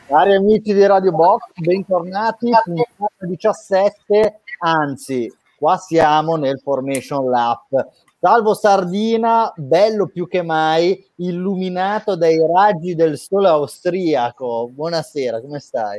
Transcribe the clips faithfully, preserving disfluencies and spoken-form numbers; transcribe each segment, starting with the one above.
Cari amici di Radio Box, bentornati, puntata diciassette, anzi, qua siamo nel Formation Lap. Salvo Sardina, bello più che mai, illuminato dai raggi del sole austriaco. Buonasera, come stai?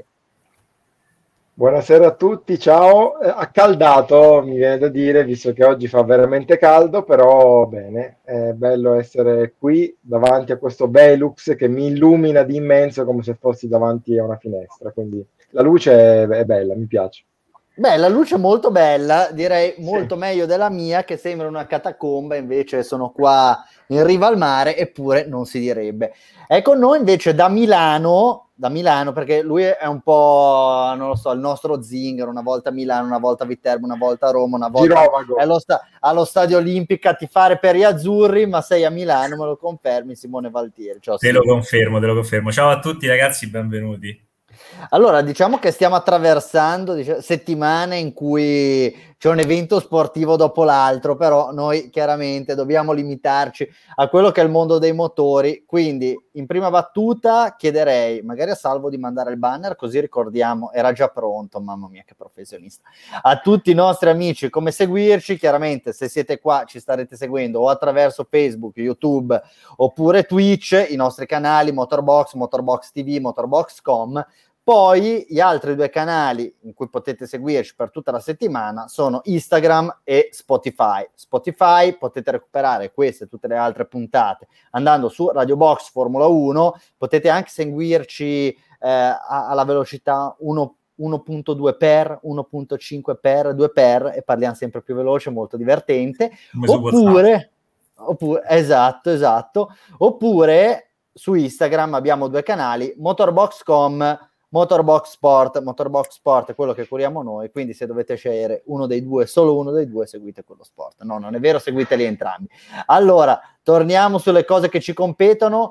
Buonasera a tutti, ciao. Eh, Accaldato, mi viene da dire, visto che oggi fa veramente caldo, però bene, è bello essere qui davanti a questo Velux che mi illumina di immenso come se fossi davanti a una finestra, quindi la luce è, è bella, mi piace. Beh, la luce è molto bella, direi Sì. molto meglio della mia, che sembra una catacomba, invece sono qua in riva al mare, eppure non si direbbe. È con noi invece da Milano, da Milano, perché lui è un po', non lo so, il nostro Zingaro, una volta a Milano, una volta a Viterbo, una volta a Roma, una volta Girovago. allo, sta- allo Stadio Olimpico a tifare per gli azzurri, ma sei a Milano, me lo confermi, Simone Valtieri. Ciao, Te lo Simo. confermo, te lo confermo. Ciao a tutti ragazzi, benvenuti. Allora, diciamo che stiamo attraversando dic- settimane in cui c'è un evento sportivo dopo l'altro, però noi chiaramente dobbiamo limitarci a quello che è il mondo dei motori, quindi in prima battuta chiederei magari a Salvo di mandare il banner, così ricordiamo, era già pronto, mamma mia che professionista, a tutti i nostri amici come seguirci, chiaramente se siete qua ci starete seguendo o attraverso Facebook, YouTube oppure Twitch, i nostri canali Motorbox, Motorbox T V, Motorbox punto com. Poi gli altri due canali in cui potete seguirci per tutta la settimana sono Instagram e Spotify. Spotify potete recuperare queste e tutte le altre puntate andando su Radio Box Formula uno, potete anche seguirci eh, alla velocità uno punto due per, uno punto cinque per, due per e parliamo sempre più veloce, molto divertente. Oppure, oppure esatto, esatto. Oppure su Instagram abbiamo due canali, Motorbox punto com, Motorbox Sport. Motorbox Sport è quello che curiamo noi, quindi se dovete scegliere uno dei due, solo uno dei due, seguite quello sport. No, non è vero, seguiteli entrambi. Allora, torniamo sulle cose che ci competono.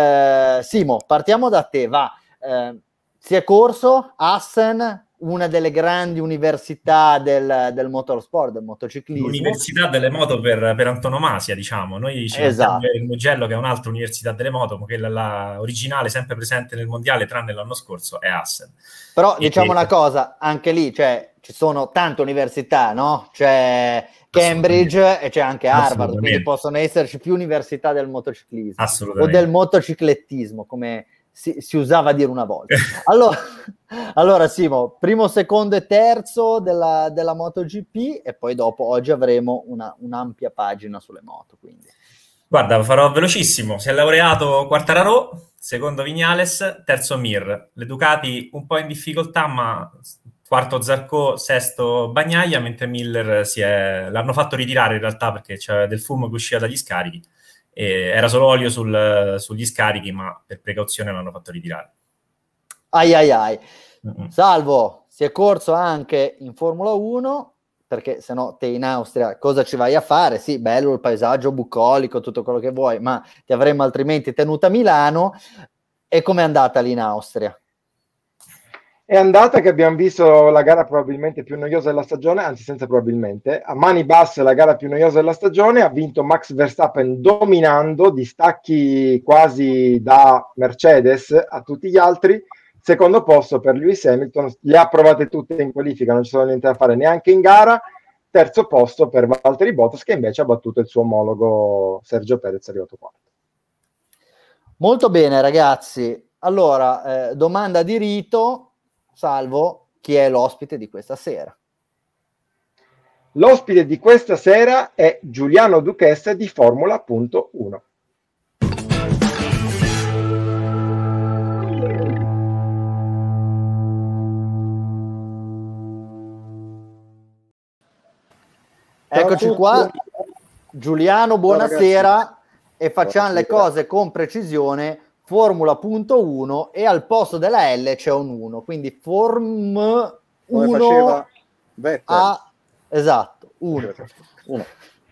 Eh, Simo, partiamo da te, va. Eh, si è corso Assen, una delle grandi università del, del motorsport, del motociclismo. L'università delle moto per, per antonomasia, diciamo. Noi ci Esatto. mettiamo il Mugello, che è un'altra università delle moto, ma quella la, originale, sempre presente nel mondiale, tranne l'anno scorso, è Assen. Però e diciamo e... una cosa, anche lì cioè, ci sono tante università, no? C'è Cambridge e c'è anche Harvard, quindi possono esserci più università del motociclismo o del motociclettismo, come si, si usava a dire una volta. Allora, allora Simo, primo, secondo e terzo della, della MotoGP e poi dopo oggi avremo una, un'ampia pagina sulle moto. Quindi. Guarda, farò velocissimo. Si è laureato Quartararo, secondo Viñales, terzo Mir. Le Ducati un po' in difficoltà, ma quarto Zarco, sesto Bagnaia, mentre Miller si è... l'hanno fatto ritirare in realtà perché c'era del fumo che usciva dagli scarichi. E era solo olio sul, sugli scarichi, ma per precauzione l'hanno fatto ritirare. Ai ai ai. Mm-hmm. Salvo, si è corso anche in Formula uno, perché se no te in Austria cosa ci vai a fare? Sì, bello il paesaggio bucolico, tutto quello che vuoi, ma ti avremmo altrimenti tenuto a Milano. E com'è andata lì in Austria? È andata che abbiamo visto la gara probabilmente più noiosa della stagione, anzi senza probabilmente, a mani basse la gara più noiosa della stagione, ha vinto Max Verstappen dominando, distacchi quasi da Mercedes a tutti gli altri, secondo posto per Lewis Hamilton, le ha provate tutte in qualifica, non ci sono niente da fare neanche in gara, terzo posto per Valtteri Bottas che invece ha battuto il suo omologo Sergio Perez, arrivato quarto. Molto bene ragazzi, allora eh, domanda di rito. Salvo, chi è l'ospite di questa sera? L'ospite di questa sera è Giuliano Duchessa di Formula punto uno. Eccoci qua, Giuliano, buonasera e facciamo buonasera. Le cose con precisione. Formula punto uno e al posto della L c'è un uno, quindi Form uno a esatto, uno. uno.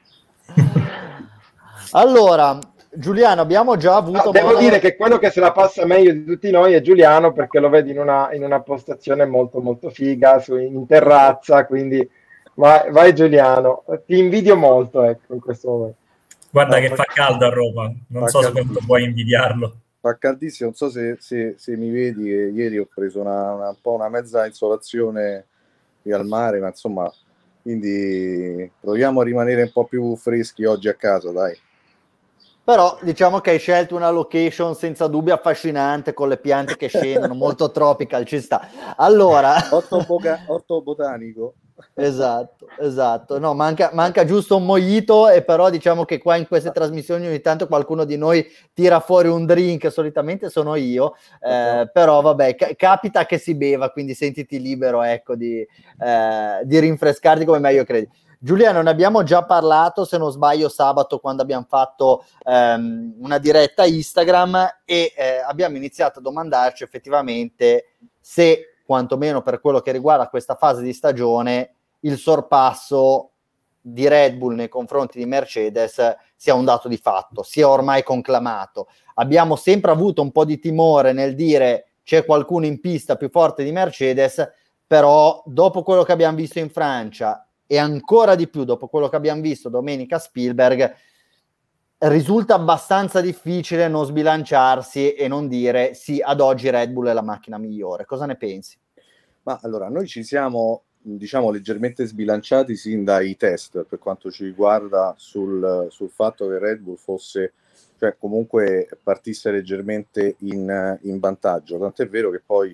Allora, Giuliano, abbiamo già avuto no, devo modo... dire che quello che se la passa meglio di tutti noi è Giuliano, perché lo vedi in una, in una postazione molto molto figa su, in terrazza, quindi vai, vai Giuliano, ti invidio molto, ecco, in questo momento. Guarda no, che fa caldo a Roma, non so se quanto puoi invidiarlo. fa caldissimo, non so se, se, se mi vedi, che ieri ho preso una, una, un po' una mezza insolazione qui al mare, ma insomma, quindi proviamo a rimanere un po' più freschi oggi a casa, dai. Però diciamo che hai scelto una location senza dubbio affascinante, con le piante che scendono, molto tropical, ci sta. Allora... Orto, boca- orto botanico. Esatto, esatto. No, manca, manca giusto un mojito, e però diciamo che qua in queste trasmissioni ogni tanto qualcuno di noi tira fuori un drink, solitamente sono io, eh, però vabbè, ca- capita che si beva, quindi sentiti libero, ecco, di, eh, di rinfrescarti come meglio credi. Giuliano, ne abbiamo già parlato, se non sbaglio, sabato, quando abbiamo fatto ehm, una diretta Instagram, e eh, abbiamo iniziato a domandarci effettivamente se, quantomeno per quello che riguarda questa fase di stagione, il sorpasso di Red Bull nei confronti di Mercedes sia un dato di fatto, sia ormai conclamato. Abbiamo sempre avuto un po' di timore nel dire c'è qualcuno in pista più forte di Mercedes, però dopo quello che abbiamo visto in Francia, e ancora di più dopo quello che abbiamo visto domenica a Spielberg, risulta abbastanza difficile non sbilanciarsi e non dire sì, ad oggi Red Bull è la macchina migliore. Cosa ne pensi? Ma allora, noi ci siamo, diciamo, leggermente sbilanciati sin dai test per quanto ci riguarda sul, sul fatto che Red Bull fosse, cioè comunque partisse leggermente in, in vantaggio, tant'è vero che poi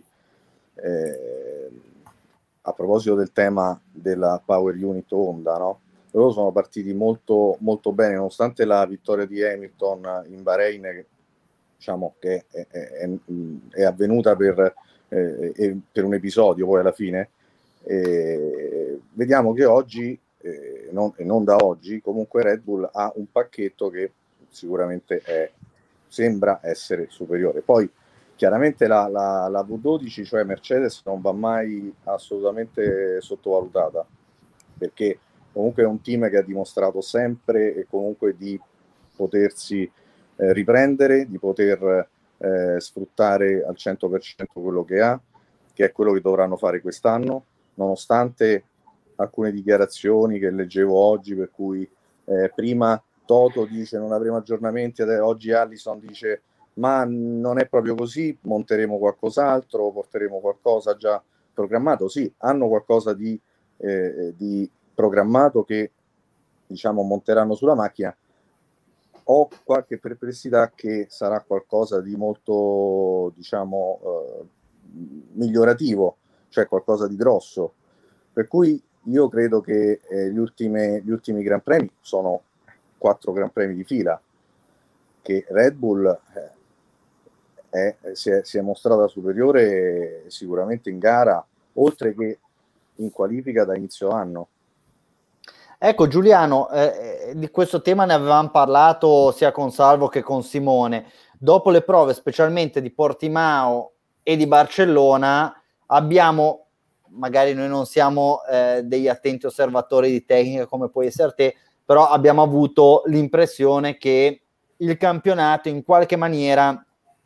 eh, a proposito del tema della Power Unit Honda, no? Loro sono partiti molto, molto bene, nonostante la vittoria di Hamilton in Bahrain, che, diciamo che è, è, è avvenuta per, eh, per un episodio poi alla fine. Eh, vediamo che oggi, eh, non, e non da oggi, comunque Red Bull ha un pacchetto che sicuramente è, sembra essere superiore. Poi chiaramente la, la, la V dodici, cioè Mercedes, non va mai assolutamente sottovalutata, perché comunque è un team che ha dimostrato sempre e comunque di potersi eh, riprendere, di poter eh, sfruttare al cento per cento quello che ha, che è quello che dovranno fare quest'anno, nonostante alcune dichiarazioni che leggevo oggi, per cui eh, prima Toto dice non avremo aggiornamenti, oggi Allison dice ma non è proprio così, monteremo qualcos'altro, porteremo qualcosa già programmato. Sì, hanno qualcosa di, eh, di programmato che, diciamo, monteranno sulla macchina. Ho qualche perplessità che sarà qualcosa di molto, diciamo, eh, migliorativo, cioè qualcosa di grosso. Per cui io credo che eh, gli, ultime, gli ultimi Gran Premi sono quattro Gran Premi di fila, che Red Bull eh, è, si, è, si è mostrata superiore sicuramente in gara, oltre che in qualifica da inizio anno. Ecco Giuliano, eh, di questo tema ne avevamo parlato sia con Salvo che con Simone. Dopo le prove, specialmente di Portimao e di Barcellona, abbiamo, magari noi non siamo eh, degli attenti osservatori di tecnica come puoi essere te, però abbiamo avuto l'impressione che il campionato in qualche maniera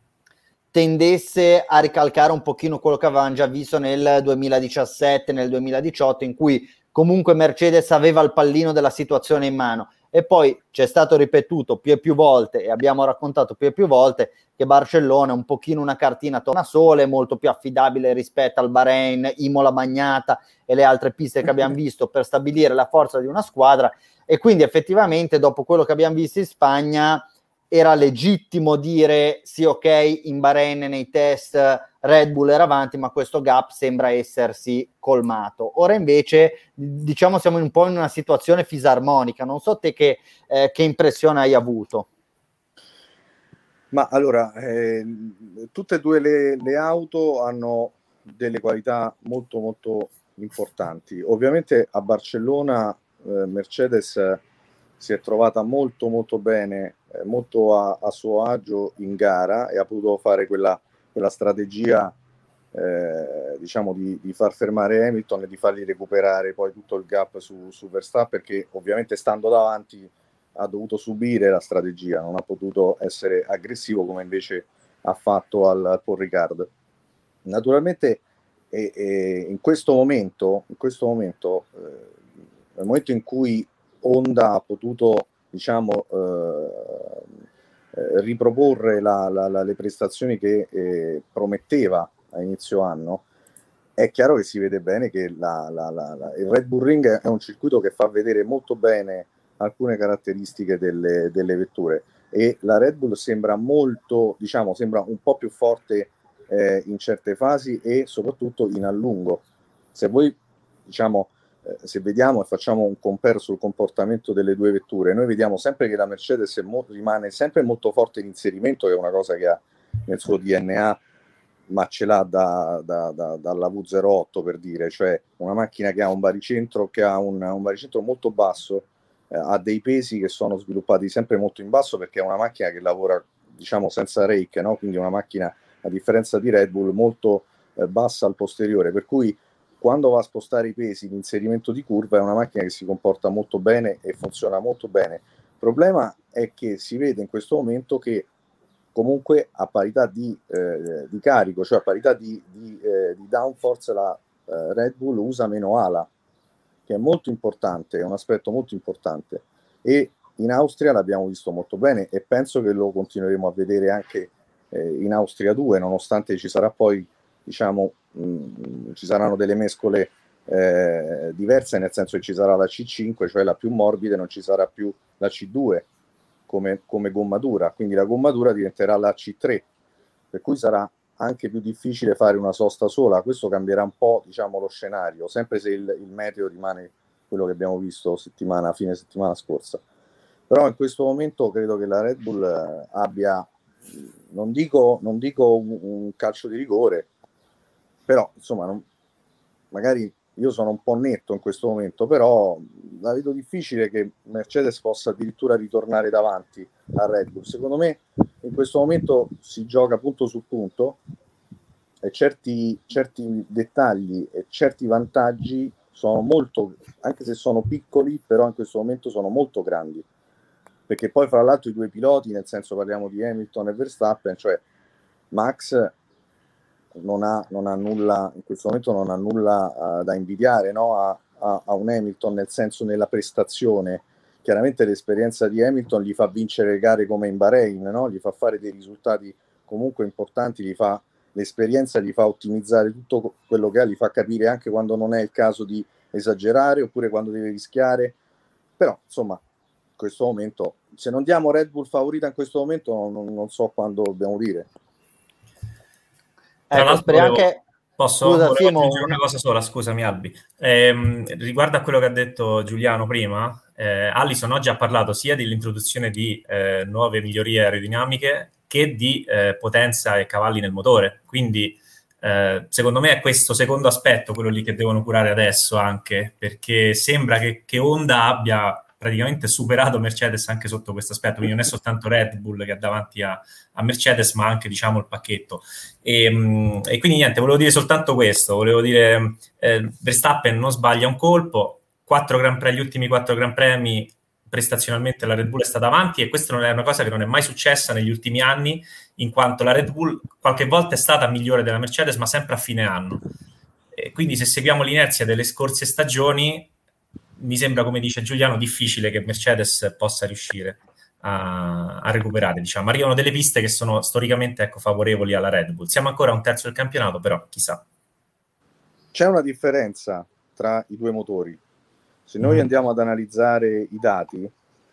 tendesse a ricalcare un pochino quello che avevamo già visto nel duemiladiciassette, nel duemiladiciotto, in cui comunque Mercedes aveva il pallino della situazione in mano, e poi c'è stato ripetuto più e più volte, e abbiamo raccontato più e più volte, che Barcellona è un pochino una cartina tornasole, molto più affidabile rispetto al Bahrain, Imola Magnata e le altre piste che abbiamo visto per stabilire la forza di una squadra, e quindi effettivamente dopo quello che abbiamo visto in Spagna era legittimo dire sì, ok, in Bahrain nei test Red Bull era avanti, ma questo gap sembra essersi colmato. Ora invece, diciamo, siamo un po' in una situazione fisarmonica. Non so te che, eh, che impressione hai avuto. Ma allora, eh, tutte e due le, le auto hanno delle qualità molto molto importanti. Ovviamente a Barcellona eh, Mercedes si è trovata molto molto bene, eh, molto a, a suo agio in gara, e ha potuto fare quella, quella strategia eh, diciamo di, di far fermare Hamilton e di fargli recuperare poi tutto il gap su, su Verstappen, perché ovviamente stando davanti ha dovuto subire la strategia, non ha potuto essere aggressivo come invece ha fatto al, al Paul Ricard. Naturalmente e, e in questo momento, in questo momento eh, nel momento in cui Honda ha potuto, diciamo, eh, eh, riproporre la, la, la, le prestazioni che eh, prometteva a inizio anno, è chiaro che si vede bene che la, la, la, la, il Red Bull Ring è un circuito che fa vedere molto bene alcune caratteristiche delle, delle vetture, e la Red Bull sembra molto, diciamo, sembra un po' più forte eh, in certe fasi e soprattutto in allungo. Se voi, diciamo, eh, se vediamo e facciamo un compare sul comportamento delle due vetture, noi vediamo sempre che la Mercedes è mo- rimane sempre molto forte in inserimento, che è una cosa che ha nel suo D N A, ma ce l'ha da, da, da, dalla V zero otto, per dire, cioè una macchina che ha un baricentro che ha un, un baricentro molto basso, eh, ha dei pesi che sono sviluppati sempre molto in basso, perché è una macchina che lavora, diciamo, senza rake, no? Quindi una macchina, a differenza di Red Bull, molto eh, bassa al posteriore, per cui quando va a spostare i pesi, l'inserimento di curva è una macchina che si comporta molto bene e funziona molto bene. Il problema è che si vede in questo momento che comunque a parità di, eh, di carico, cioè a parità di, di, eh, di downforce, la eh, Red Bull usa meno ala, che è molto importante, è un aspetto molto importante, e in Austria l'abbiamo visto molto bene e penso che lo continueremo a vedere anche eh, in Austria due, nonostante ci sarà poi, diciamo, mh, ci saranno delle mescole eh, diverse, nel senso che ci sarà la C cinque, cioè la più morbida, e non ci sarà più la C due come, come gommatura, quindi la gommatura diventerà la C tre, per cui sarà anche più difficile fare una sosta sola. Questo cambierà un po', diciamo, lo scenario, sempre se il, il meteo rimane quello che abbiamo visto settimana, fine settimana scorsa. Però in questo momento credo che la Red Bull eh, abbia, non dico, non dico un, un calcio di rigore, però insomma non, magari io sono un po' netto in questo momento, però la vedo difficile che Mercedes possa addirittura ritornare davanti a Red Bull. Secondo me in questo momento si gioca punto su punto, e certi, certi dettagli e certi vantaggi sono molto, anche se sono piccoli, però in questo momento sono molto grandi, perché poi fra l'altro i due piloti, nel senso parliamo di Hamilton e Verstappen, cioè Max non ha, non ha nulla, in questo momento non ha nulla uh, da invidiare, no? a, a, a un Hamilton, nel senso, nella prestazione. Chiaramente l'esperienza di Hamilton gli fa vincere gare come in Bahrain, no? Gli fa fare dei risultati comunque importanti, gli fa, l'esperienza gli fa ottimizzare tutto quello che ha, gli fa capire anche quando non è il caso di esagerare oppure quando deve rischiare. Però insomma in questo momento, se non diamo Red Bull favorita in questo momento, non, non so quando dobbiamo dire. Tra ecco, l'altro volevo, anche... posso, Scusa, volevo Simo, aggiungere una... una cosa sola, scusami Albi. Eh, riguardo a quello che ha detto Giuliano prima, eh, Allison oggi ha parlato sia dell'introduzione di eh, nuove migliorie aerodinamiche che di eh, potenza e cavalli nel motore. Quindi eh, secondo me è questo secondo aspetto quello lì che devono curare adesso, anche perché sembra che, che Honda abbia praticamente superato Mercedes anche sotto questo aspetto, quindi non è soltanto Red Bull che è davanti a, a Mercedes, ma anche, diciamo, il pacchetto. E, e quindi niente, volevo dire soltanto questo, volevo dire eh, Verstappen non sbaglia un colpo, quattro Gran Premi, gli ultimi quattro Gran Premi prestazionalmente la Red Bull è stata avanti, e questa non è una cosa che non è mai successa negli ultimi anni, in quanto la Red Bull qualche volta è stata migliore della Mercedes, ma sempre a fine anno. E quindi se seguiamo l'inerzia delle scorse stagioni, mi sembra, come dice Giuliano, difficile che Mercedes possa riuscire a, a recuperare. Diciamo, arrivano delle piste che sono storicamente, ecco, favorevoli alla Red Bull. Siamo ancora a un terzo del campionato, però chissà. C'è una differenza tra i due motori. Se noi andiamo ad analizzare i dati,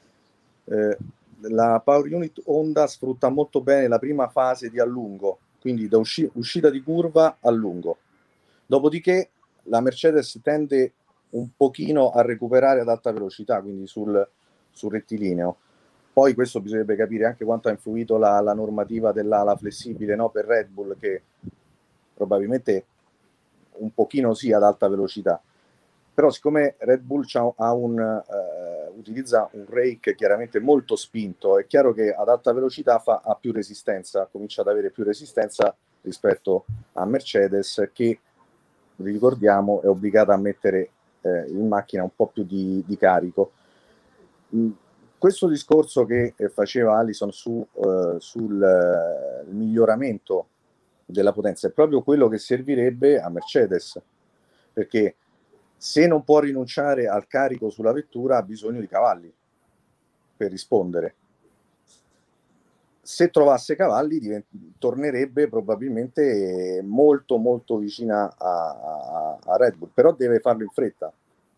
eh, la Power Unit Honda sfrutta molto bene la prima fase di allungo, quindi da usci- uscita di curva a lungo. Dopodiché la Mercedes tende un pochino a recuperare ad alta velocità, quindi sul, sul rettilineo. Poi questo bisognerebbe capire anche quanto ha influito la, la normativa dell'ala flessibile, no, per Red Bull, che probabilmente un pochino sì ad alta velocità. Però siccome Red Bull ha un, eh, utilizza un rake chiaramente molto spinto, è chiaro che ad alta velocità fa, ha più resistenza, comincia ad avere più resistenza rispetto a Mercedes, che ricordiamo è obbligata a mettere eh, in macchina un po' più di, di carico. Mm, questo discorso che eh, faceva Allison su, eh, sul eh, miglioramento della potenza è proprio quello che servirebbe a Mercedes, perché se non può rinunciare al carico sulla vettura ha bisogno di cavalli per rispondere. se trovasse cavalli divent- tornerebbe probabilmente molto molto vicina a, a, a Red Bull, però deve farlo in fretta.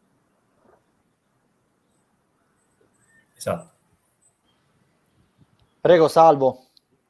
Esatto. Prego, Salvo.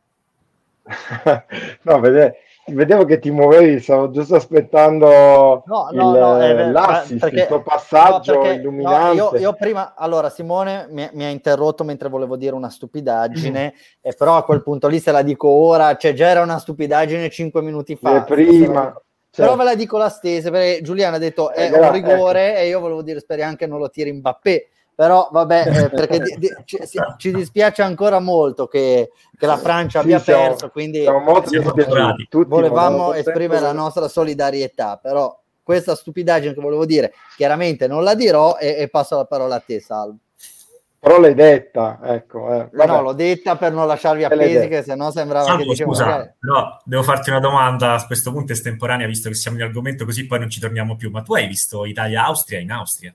No, vede, vedevo che ti muovevi, stavo giusto aspettando No, il, no, no, è vero, l'assist, perché, il tuo passaggio no, perché, illuminante. No, io, io prima, allora Simone mi, mi ha interrotto mentre volevo dire una stupidaggine, e però a quel punto lì se la dico ora, cioè già era una stupidaggine cinque minuti fa. Eh, prima, dico, certo. Però ve la dico la stessa, perché Giuliano ha detto è Eh, un rigore, ecco. E io volevo dire speri anche non lo tiri Mbappé. Però vabbè, eh, perché di, di, ci, ci dispiace ancora molto che, che la Francia Sì, abbia siamo, perso, quindi siamo molto siamo dispiaciuti. Tutti volevamo molto. esprimere la nostra solidarietà, però questa stupidaggine che volevo dire chiaramente non la dirò e, e passo la parola a te, Salvo. Però l'hai detta, ecco. Eh. Eh no, l'ho detta per non lasciarvi appesi, che sennò sembrava Salvo, che dicevo scusa, magari... però devo farti una domanda a questo punto estemporanea, visto che siamo in argomento, così poi non ci torniamo più. Ma tu hai visto Italia-Austria in Austria?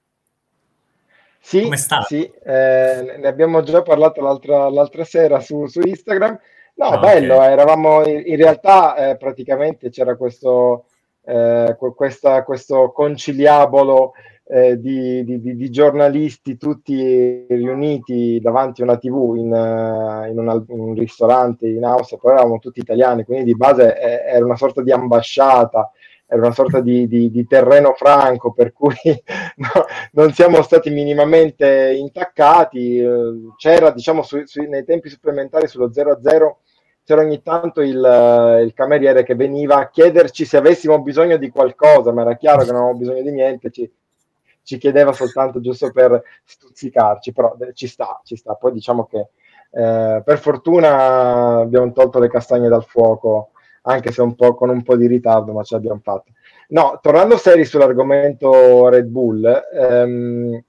Sì, Come sta? sì, eh, ne abbiamo già parlato l'altra, l'altra sera su, su Instagram. No, Ah, bello, okay. eravamo in, in realtà eh, praticamente c'era questo, eh, que- questa- questo conciliabolo eh, di, di- di- di giornalisti tutti riuniti davanti a una tivù in, eh, in una- in un ristorante in Austria, poi eravamo tutti italiani, quindi di base eh, era una sorta di ambasciata, era una sorta di, di- di terreno franco, per cui no, non siamo stati minimamente intaccati. eh, C'era, diciamo, su- su- nei tempi supplementari sullo zero a zero, c'era ogni tanto il, eh, il cameriere che veniva a chiederci se avessimo bisogno di qualcosa, ma era chiaro che non avevamo bisogno di niente, ci, ci chiedeva soltanto giusto per stuzzicarci, però eh, ci sta, ci sta. Poi diciamo che eh, per fortuna abbiamo tolto le castagne dal fuoco, anche se un po' con un po' di ritardo, ma ce l'abbiamo fatta. No, tornando seri sull'argomento Red Bull, ehm,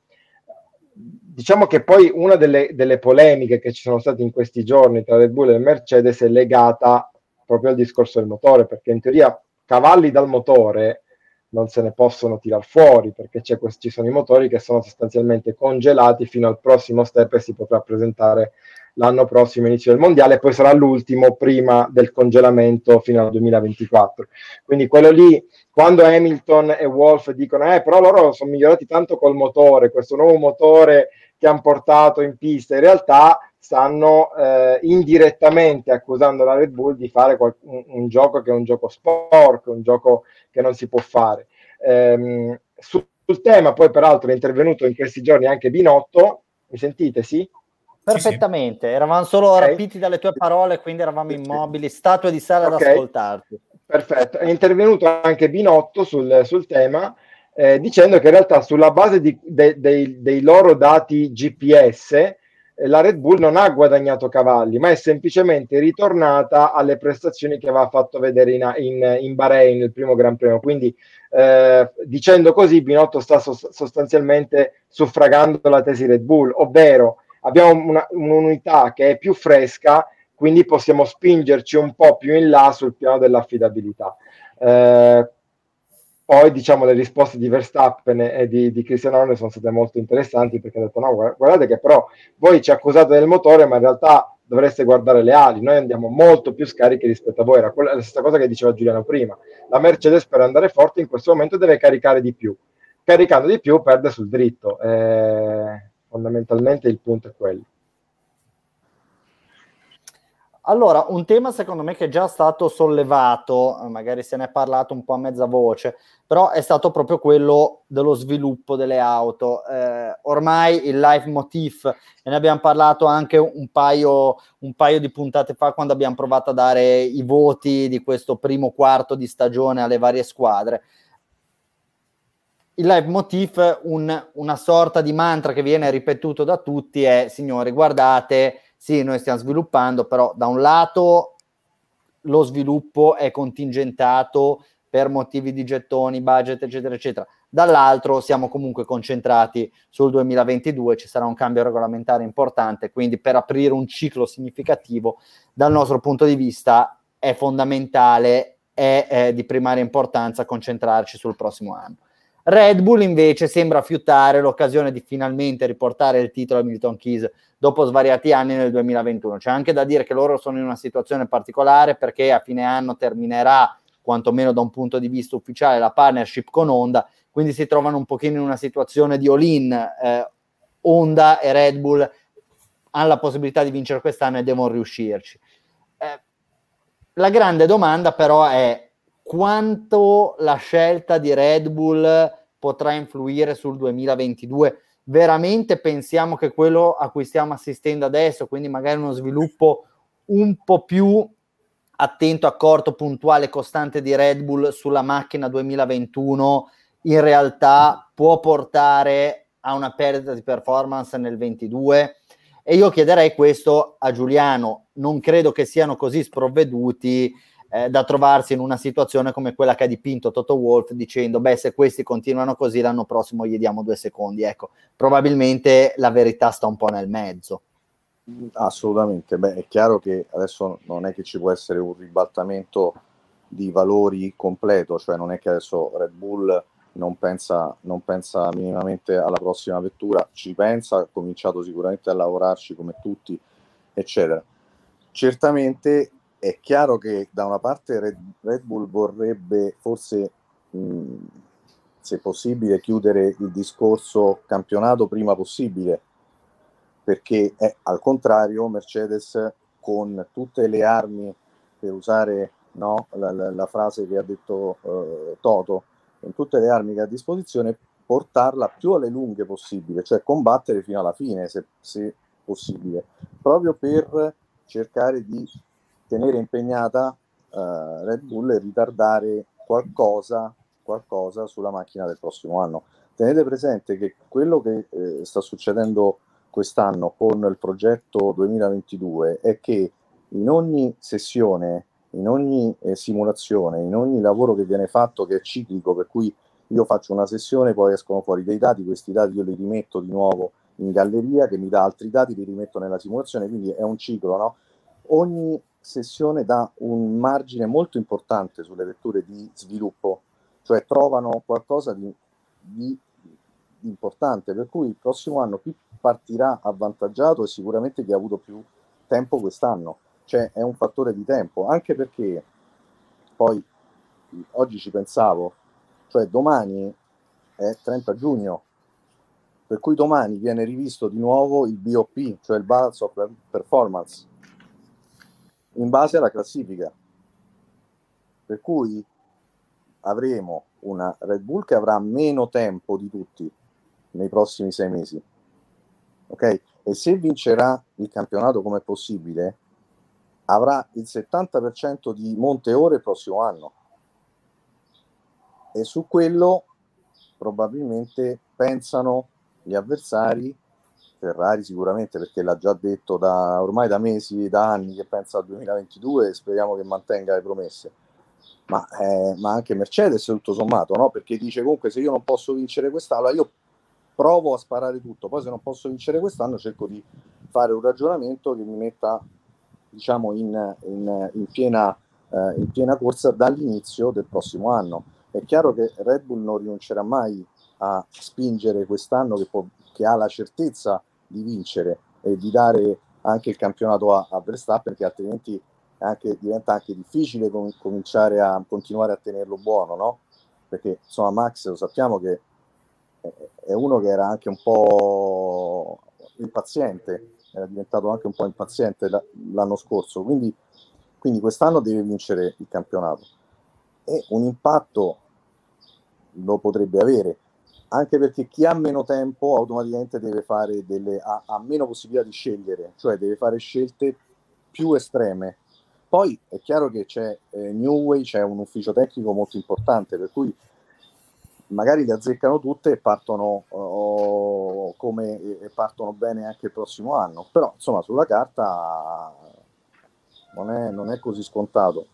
diciamo che poi una delle, delle polemiche che ci sono state in questi giorni tra Red Bull e Mercedes è legata proprio al discorso del motore, perché in teoria cavalli dal motore non se ne possono tirar fuori, perché c'è, ci sono i motori che sono sostanzialmente congelati fino al prossimo step e si potrà presentare l'anno prossimo, inizio del mondiale, e poi sarà l'ultimo prima del congelamento fino al duemilaventiquattro. Quindi quello lì, quando Hamilton e Wolff dicono eh però loro sono migliorati tanto col motore, questo nuovo motore che hanno portato in pista, in realtà stanno eh, indirettamente accusando la Red Bull di fare qual- un, un gioco che è un gioco sporco, un gioco che non si può fare. Ehm, sul, sul tema poi peraltro è intervenuto in questi giorni anche Binotto, mi sentite? Sì? Perfettamente, eravamo solo okay. rapiti dalle tue parole, quindi eravamo immobili, statue di sale okay. ad ascoltarti. Perfetto, è intervenuto anche Binotto sul, sul tema, eh, dicendo che in realtà sulla base di, de, de, dei loro dati G P S eh, la Red Bull non ha guadagnato cavalli, ma è semplicemente ritornata alle prestazioni che aveva fatto vedere in, in, in Bahrain, il primo Gran Premio. Quindi eh, dicendo così Binotto sta sos- sostanzialmente suffragando la tesi Red Bull, ovvero abbiamo una, un'unità che è più fresca, quindi possiamo spingerci un po' più in là sul piano dell'affidabilità. Eh, poi diciamo le risposte di Verstappen e di, di Christian Horner sono state molto interessanti, perché hanno detto no, guardate che però voi ci accusate del motore, ma in realtà dovreste guardare le ali, noi andiamo molto più scarichi rispetto a voi. Era quella, la stessa cosa che diceva Giuliano prima, la Mercedes per andare forte in questo momento deve caricare di più, caricando di più perde sul dritto, eh, fondamentalmente il punto è quello. Allora, un tema secondo me che è già stato sollevato, magari se ne è parlato un po' a mezza voce, però è stato proprio quello dello sviluppo delle auto. Eh, ormai il leitmotiv, e ne abbiamo parlato anche un paio, un paio di puntate fa, quando abbiamo provato a dare i voti di questo primo quarto di stagione alle varie squadre. Il leitmotiv, un, una sorta di mantra che viene ripetuto da tutti è: signori, guardate, sì, noi stiamo sviluppando, però da un lato lo sviluppo è contingentato per motivi di gettoni, budget, eccetera, eccetera. Dall'altro siamo comunque concentrati sul duemilaventidue, ci sarà un cambio regolamentare importante, quindi per aprire un ciclo significativo, dal nostro punto di vista, è fondamentale, è, è di primaria importanza concentrarci sul prossimo anno. Red Bull invece sembra fiutare l'occasione di finalmente riportare il titolo a Milton Keynes dopo svariati anni nel duemilaventuno. C'è anche da dire che loro sono in una situazione particolare perché a fine anno terminerà, quantomeno da un punto di vista ufficiale, la partnership con Honda, quindi si trovano un pochino in una situazione di all-in. eh, Honda e Red Bull hanno la possibilità di vincere quest'anno e devono riuscirci. Eh, la grande domanda però è quanto la scelta di Red Bull potrà influire sul duemilaventidue. Veramente pensiamo che quello a cui stiamo assistendo adesso, quindi magari uno sviluppo un po' più attento, accorto, puntuale, costante di Red Bull sulla macchina duemilaventuno, in realtà può portare a una perdita di performance nel ventidue? E io chiederei questo a Giuliano. Non credo che siano così sprovveduti eh, da trovarsi in una situazione come quella che ha dipinto Toto Wolff dicendo beh, se questi continuano così l'anno prossimo gli diamo due secondi. Ecco, probabilmente la verità sta un po' nel mezzo. Assolutamente, beh, è chiaro che adesso non è che ci può essere un ribaltamento di valori completo, cioè non è che adesso Red Bull non pensa, non pensa minimamente alla prossima vettura, ci pensa, ha cominciato sicuramente a lavorarci come tutti, eccetera. Certamente è chiaro che da una parte Red, Red Bull vorrebbe forse, mh, se possibile, chiudere il discorso campionato prima possibile, perché è al contrario Mercedes, con tutte le armi, per usare no, la, la, la frase che ha detto uh, Toto, con tutte le armi che ha a disposizione, portarla più alle lunghe possibile, cioè combattere fino alla fine se, se possibile, proprio per cercare di tenere impegnata uh, Red Bull e ritardare qualcosa, qualcosa sulla macchina del prossimo anno. Tenete presente che quello che eh, sta succedendo quest'anno con il progetto duemilaventidue è che in ogni sessione, in ogni eh, simulazione, in ogni lavoro che viene fatto, che è ciclico, per cui io faccio una sessione, poi escono fuori dei dati, questi dati io li rimetto di nuovo in galleria che mi dà altri dati, li rimetto nella simulazione, quindi è un ciclo, no? Ogni sessione dà un margine molto importante sulle vetture di sviluppo, cioè trovano qualcosa di, di importante, per cui il prossimo anno chi partirà avvantaggiato è sicuramente chi ha avuto più tempo quest'anno, cioè è un fattore di tempo, anche perché poi oggi ci pensavo, cioè domani è trenta giugno, per cui domani viene rivisto di nuovo il B O P, cioè il Balance of Performance, in base alla classifica, per cui avremo una Red Bull che avrà meno tempo di tutti nei prossimi sei mesi, ok? E se vincerà il campionato come è possibile, avrà il settanta per cento di monte ore il prossimo anno, e su quello probabilmente pensano gli avversari. Ferrari sicuramente, perché l'ha già detto da ormai da mesi, da anni che pensa al duemilaventidue, e speriamo che mantenga le promesse. Ma, eh, ma anche Mercedes tutto sommato, no? Perché dice comunque se io non posso vincere quest'anno, io provo a sparare tutto, poi se non posso vincere quest'anno cerco di fare un ragionamento che mi metta, diciamo, in, in, in, piena, eh, in piena corsa dall'inizio del prossimo anno. È chiaro che Red Bull non rinuncerà mai a spingere quest'anno, che, può, che ha la certezza di vincere e di dare anche il campionato a, a Verstappen, perché altrimenti anche, diventa anche difficile com- cominciare a continuare a tenerlo buono, no? Perché insomma Max lo sappiamo che è uno che era anche un po' impaziente, era diventato anche un po' impaziente l'anno scorso, quindi, quindi quest'anno deve vincere il campionato, e un impatto lo potrebbe avere, anche perché chi ha meno tempo automaticamente deve fare delle, ha, ha meno possibilità di scegliere, cioè deve fare scelte più estreme. Poi è chiaro che c'è eh, Newey, c'è un ufficio tecnico molto importante, per cui magari le azzeccano tutte e partono oh, come e partono bene anche il prossimo anno, però insomma sulla carta non è, non è così scontato.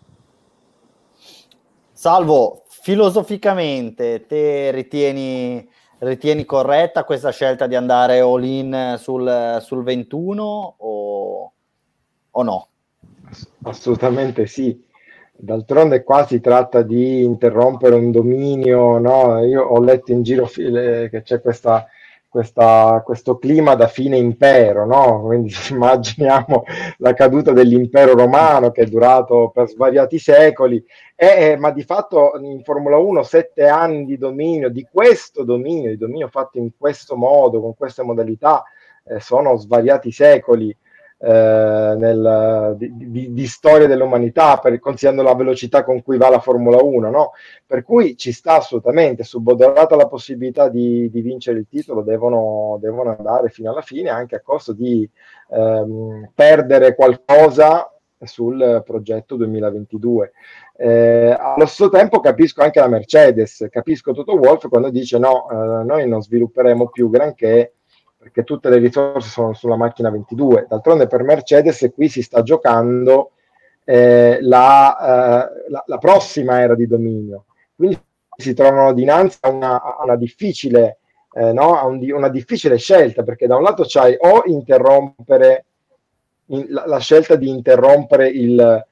Salvo, filosoficamente te ritieni, ritieni corretta questa scelta di andare all in sul, sul ventuno o, o no? Assolutamente sì. D'altronde qua si tratta di interrompere un dominio, no? Io ho letto in giro fi- che c'è questa, questa- questo clima da fine impero, no? Quindi immaginiamo la caduta dell'impero romano che è durato per svariati secoli, e, eh, ma di fatto in Formula uno sette anni di dominio, di questo dominio, di dominio fatto in questo modo, con queste modalità, eh, sono svariati secoli eh, nel, di, di, di storia dell'umanità, per, considerando la velocità con cui va la Formula uno, no? Per cui ci sta assolutamente, subodorata la possibilità di, di vincere il titolo, devono, devono andare fino alla fine, anche a costo di ehm, perdere qualcosa sul progetto duemilaventidue. Eh, allo stesso tempo capisco anche la Mercedes, capisco Toto Wolff quando dice no, eh, noi non svilupperemo più granché perché tutte le risorse sono sulla macchina ventidue. D'altronde per Mercedes qui si sta giocando eh, la, eh, la, la prossima era di dominio, quindi si trovano dinanzi a una, a una difficile eh, no? a un, una difficile scelta, perché da un lato c'hai o interrompere in, la, la scelta di interrompere il,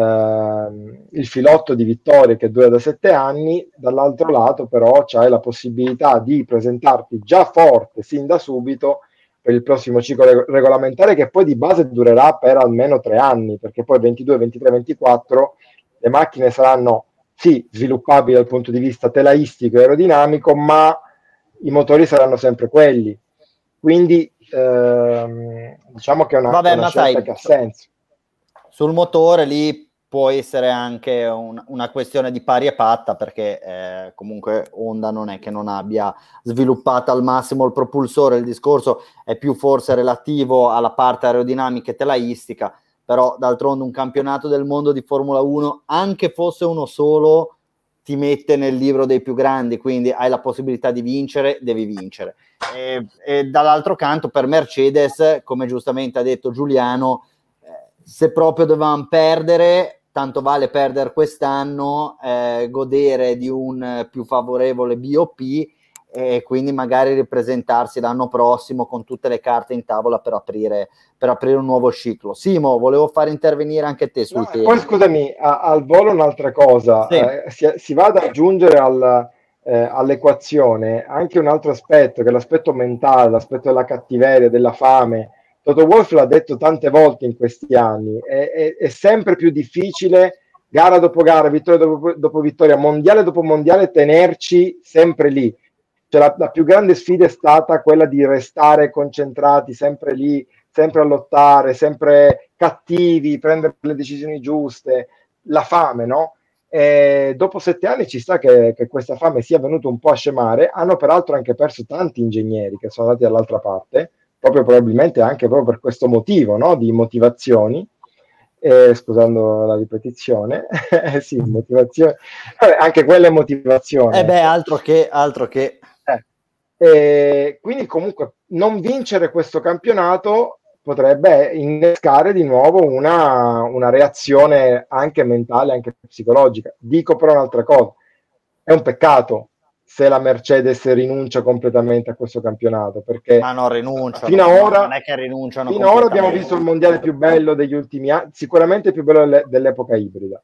Uh, il filotto di vittorie che dura da sette anni, dall'altro lato però c'hai la possibilità di presentarti già forte sin da subito per il prossimo ciclo reg- regolamentare, che poi di base durerà per almeno tre anni, perché poi ventidue, ventitré, ventiquattro le macchine saranno sì sviluppabili dal punto di vista telaistico e aerodinamico, ma i motori saranno sempre quelli, quindi ehm, diciamo che è una, Vabbè, una ma scelta sai, che ha senso. Sul motore lì può essere anche un, una questione di pari e patta, perché eh, comunque Honda non è che non abbia sviluppato al massimo il propulsore, il discorso è più forse relativo alla parte aerodinamica e telaistica, però d'altronde un campionato del mondo di Formula uno, anche fosse uno solo, ti mette nel libro dei più grandi, quindi hai la possibilità di vincere, devi vincere. E, e dall'altro canto per Mercedes, come giustamente ha detto Giuliano, se proprio dovevamo perdere, tanto vale perdere quest'anno, eh, godere di un più favorevole B O P e quindi magari ripresentarsi l'anno prossimo con tutte le carte in tavola per aprire, per aprire un nuovo ciclo. Simo, volevo far intervenire anche te sul No, tema. poi scusami, a- al volo un'altra cosa, Sì. eh, si, si va ad aggiungere al, eh, all'equazione anche un altro aspetto, che è l'aspetto mentale, l'aspetto della cattiveria, della fame. Toto Wolff l'ha detto tante volte in questi anni, è, è- è sempre più difficile, gara dopo gara, vittoria dopo, dopo vittoria, mondiale dopo mondiale, tenerci sempre lì. Cioè, la, la più grande sfida è stata quella di restare concentrati sempre lì, sempre a lottare, sempre cattivi, prendere le decisioni giuste, la fame, no? E dopo sette anni ci sta che, che questa fame sia venuta un po' a scemare. Hanno peraltro anche perso tanti ingegneri che sono andati dall'altra parte, proprio probabilmente anche proprio per questo motivo, no? Di motivazioni. Eh, scusando la ripetizione, eh, sì, motivazione, vabbè, anche quella è motivazione. Eh beh, ecco. altro che, altro che. Eh, e quindi comunque non vincere questo campionato potrebbe innescare di nuovo una, una reazione anche mentale, anche psicologica. Dico però un'altra cosa, è un peccato se la Mercedes rinuncia completamente a questo campionato, perché Ma non rinunciano, fino ad no, ora, non è che rinunciano fino ad ora abbiamo completamente. visto il mondiale più bello degli ultimi anni, sicuramente il più bello delle- dell'epoca ibrida.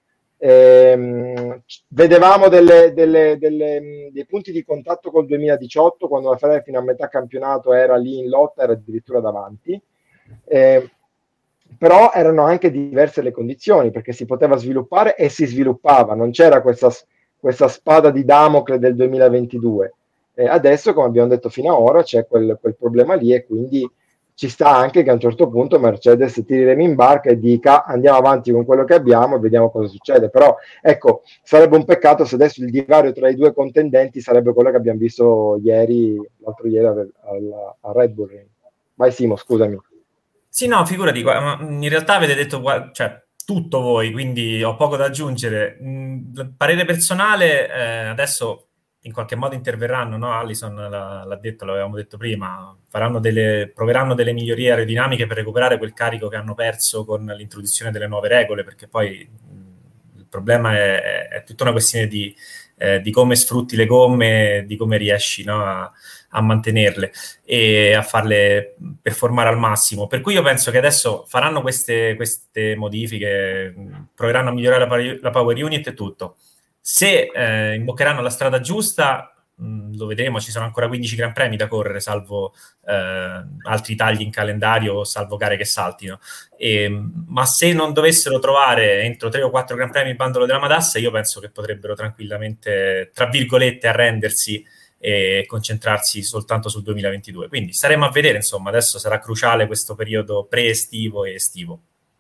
Ehm, vedevamo delle, delle, delle, dei punti di contatto col duemiladiciotto, quando la Ferrari fino a metà campionato era lì in lotta, era addirittura davanti. Eh, però erano anche diverse le condizioni, perché si poteva sviluppare e si sviluppava, non c'era questa, questa spada di Damocle del duemilaventidue. Eh, adesso, come abbiamo detto fino ad ora, c'è quel, quel problema lì, e quindi ci sta anche che a un certo punto Mercedes tiri remi in barca e dica andiamo avanti con quello che abbiamo e vediamo cosa succede. Però ecco, sarebbe un peccato se adesso il divario tra i due contendenti sarebbe quello che abbiamo visto ieri, l'altro ieri al, al, al Red Bull Ring. Vai Simo, scusami. Sì, no, figurati, gua- ma in realtà avete detto gua- cioè, tutto voi, quindi ho poco da aggiungere. Mm, il parere personale, eh, adesso in qualche modo interverranno, no? Allison l'ha, l'ha detto, l'avevamo detto prima, faranno delle, proveranno delle migliorie aerodinamiche per recuperare quel carico che hanno perso con l'introduzione delle nuove regole, perché poi mm, il problema è, è, è tutta una questione di, eh, di come sfrutti le gomme, di come riesci, no, a a mantenerle e a farle performare al massimo. Per cui io penso che adesso faranno queste, queste modifiche proveranno a migliorare la, pari- la power unit e tutto. Se eh, imboccheranno la strada giusta, mh, lo vedremo, ci sono ancora quindici Gran Premi da correre, salvo eh, altri tagli in calendario, salvo gare che saltino. E, ma se non dovessero trovare entro tre o quattro Gran Premi il bandolo della Madassa, io penso che potrebbero tranquillamente, tra virgolette, arrendersi e concentrarsi soltanto sul duemilaventidue. Quindi staremo a vedere, insomma, adesso sarà cruciale questo periodo pre-estivo e estivo.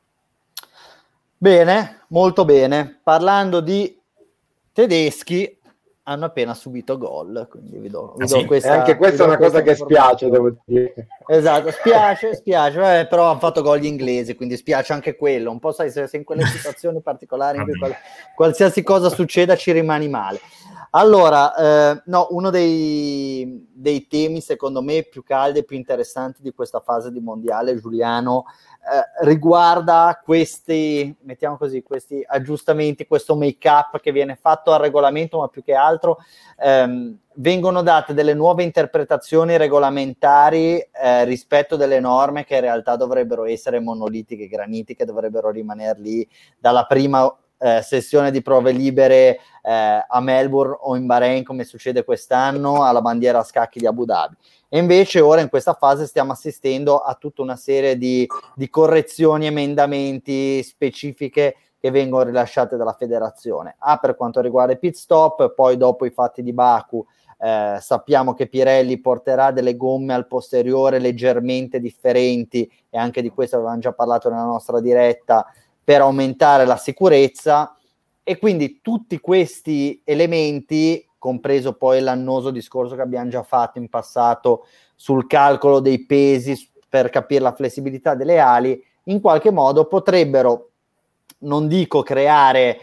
Bene, molto bene. Parlando di tedeschi, hanno appena subito gol, quindi vi do, vi Ah, do sì? questa. E anche questa è una cosa che spiace, devo dire. Esatto, spiace, spiace, vabbè, però hanno fatto gol gli inglesi, quindi spiace anche quello. Un po' sai, se, se in quelle situazioni particolari in cui qual- qualsiasi cosa succeda ci rimani male. Allora, eh, no, uno dei, dei temi secondo me più caldi e più interessanti di questa fase di mondiale, Giuliano, eh, riguarda questi, mettiamo così, questi aggiustamenti, questo make-up che viene fatto al regolamento, ma più che altro ehm, vengono date delle nuove interpretazioni regolamentari eh, rispetto delle norme che in realtà dovrebbero essere monolitiche, granitiche, dovrebbero rimanere lì dalla prima eh, sessione di prove libere eh, a Melbourne o in Bahrain, come succede quest'anno, alla bandiera a scacchi di Abu Dhabi. E invece ora in questa fase stiamo assistendo a tutta una serie di, di correzioni, emendamenti specifiche che vengono rilasciate dalla federazione. A per quanto riguarda i pit stop, poi dopo i fatti di Baku eh, sappiamo che Pirelli porterà delle gomme al posteriore leggermente differenti, e anche di questo avevamo già parlato nella nostra diretta, per aumentare la sicurezza. E quindi tutti questi elementi, compreso poi l'annoso discorso che abbiamo già fatto in passato sul calcolo dei pesi per capire la flessibilità delle ali, in qualche modo potrebbero, non dico creare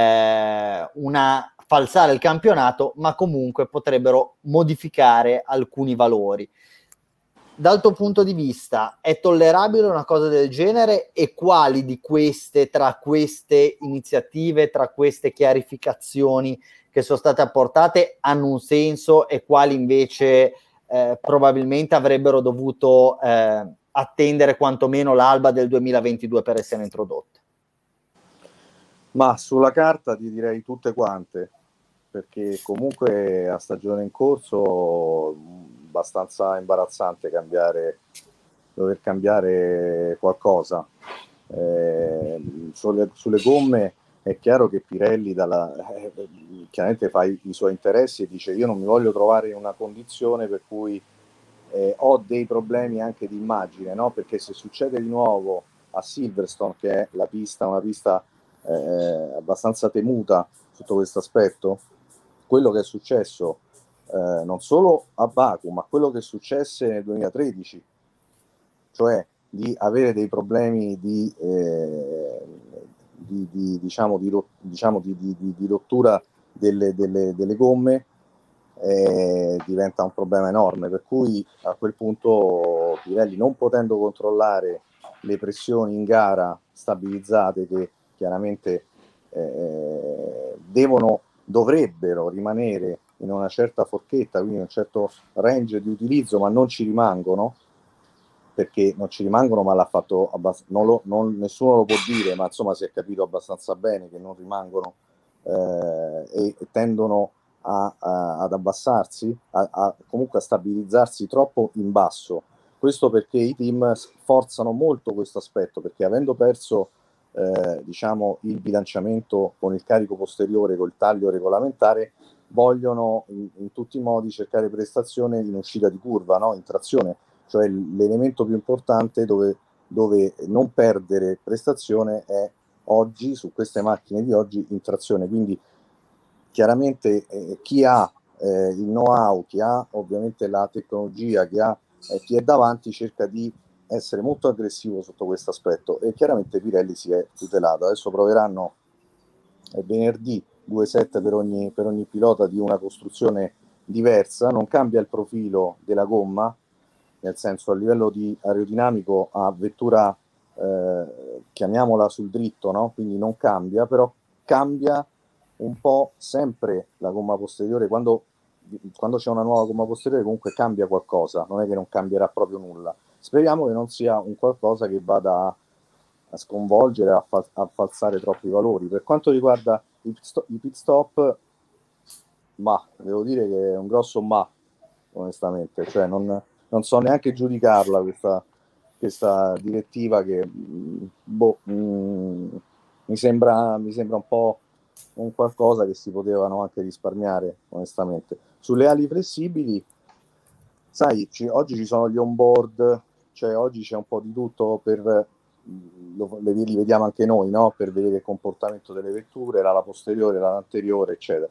eh, una falsare il campionato, ma comunque potrebbero modificare alcuni valori. Dal tuo punto di vista, è tollerabile una cosa del genere, e quali di queste, tra queste iniziative, tra queste chiarificazioni che sono state apportate, hanno un senso, e quali invece eh, probabilmente avrebbero dovuto eh, attendere quantomeno l'alba del duemilaventidue per essere introdotte? Ma sulla carta ti direi tutte quante, perché comunque a stagione in corso abbastanza imbarazzante cambiare, dover cambiare qualcosa. Eh, sulle, sulle gomme è chiaro che Pirelli dalla, eh, chiaramente fa i, i suoi interessi e dice: io non mi voglio trovare in una condizione per cui eh, ho dei problemi anche di immagine, no? Perché se succede di nuovo a Silverstone, che è la pista, una pista eh, abbastanza temuta sotto questo aspetto, quello che è successo eh, non solo a Baku, ma quello che successe nel duemilatredici, cioè di avere dei problemi di, eh, di, di diciamo, di, diciamo di, di, di, di rottura delle, delle, delle gomme, eh, diventa un problema enorme, per cui a quel punto Pirelli, non potendo controllare le pressioni in gara stabilizzate, che chiaramente eh, devono dovrebbero rimanere in una certa forchetta, quindi in un certo range di utilizzo, ma non ci rimangono, perché non ci rimangono, ma l'ha fatto abbast- non lo, non, nessuno lo può dire, ma insomma si è capito abbastanza bene che non rimangono eh, e, e tendono a, a, ad abbassarsi, a, a, comunque a stabilizzarsi troppo in basso. Questo perché i team forzano molto questo aspetto, perché avendo perso eh, diciamo il bilanciamento con il carico posteriore, col taglio regolamentare, vogliono in, in tutti i modi cercare prestazione in uscita di curva, no? In trazione, cioè l'elemento più importante dove, dove non perdere prestazione è oggi, su queste macchine di oggi, in trazione. Quindi chiaramente eh, chi ha eh, il know-how, chi ha ovviamente la tecnologia, chi, ha, eh, chi è davanti, cerca di essere molto aggressivo sotto questo aspetto, e chiaramente Pirelli si è tutelato. Adesso proveranno eh, venerdì due set per ogni, per ogni pilota, di una costruzione diversa, non cambia il profilo della gomma, nel senso a livello di aerodinamico a vettura eh, chiamiamola sul dritto, no? Quindi non cambia, però cambia un po' sempre la gomma posteriore. Quando, quando c'è una nuova gomma posteriore comunque cambia qualcosa, non è che non cambierà proprio nulla. Speriamo che non sia un qualcosa che vada a sconvolgere, a, fa- a falsare troppi valori. Per quanto riguarda i pit stop, i pit stop ma devo dire che è un grosso ma, onestamente, cioè non, non so neanche giudicarla questa, questa direttiva che boh, mh, mi sembra mi sembra un po' un qualcosa che si potevano anche risparmiare, onestamente. Sulle ali flessibili, sai, ci, oggi ci sono gli on-board, cioè oggi c'è un po' di tutto per lo, le, li vediamo anche noi, no? Per vedere il comportamento delle vetture, l'ala posteriore, l'ala anteriore, eccetera.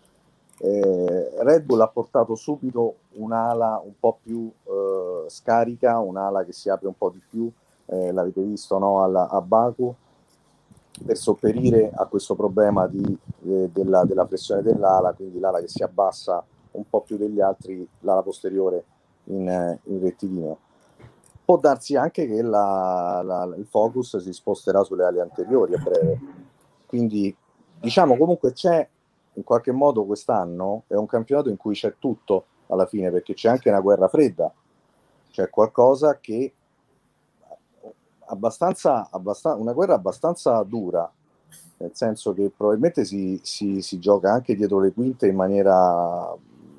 Eh, Red Bull ha portato subito un'ala un po' più eh, scarica, un'ala che si apre un po' di più, eh, l'avete visto, no? Alla, a Baku, per sopperire a questo problema di, eh, della, della pressione dell'ala, quindi l'ala che si abbassa un po' più degli altri, l'ala posteriore in, in rettilineo. Può darsi anche che la, la, il focus si sposterà sulle ali anteriori a breve, quindi diciamo comunque c'è in qualche modo quest'anno è un campionato in cui c'è tutto alla fine, perché c'è anche una guerra fredda, c'è qualcosa che abbastanza, abbastanza una guerra abbastanza dura, nel senso che probabilmente si, si, si gioca anche dietro le quinte in maniera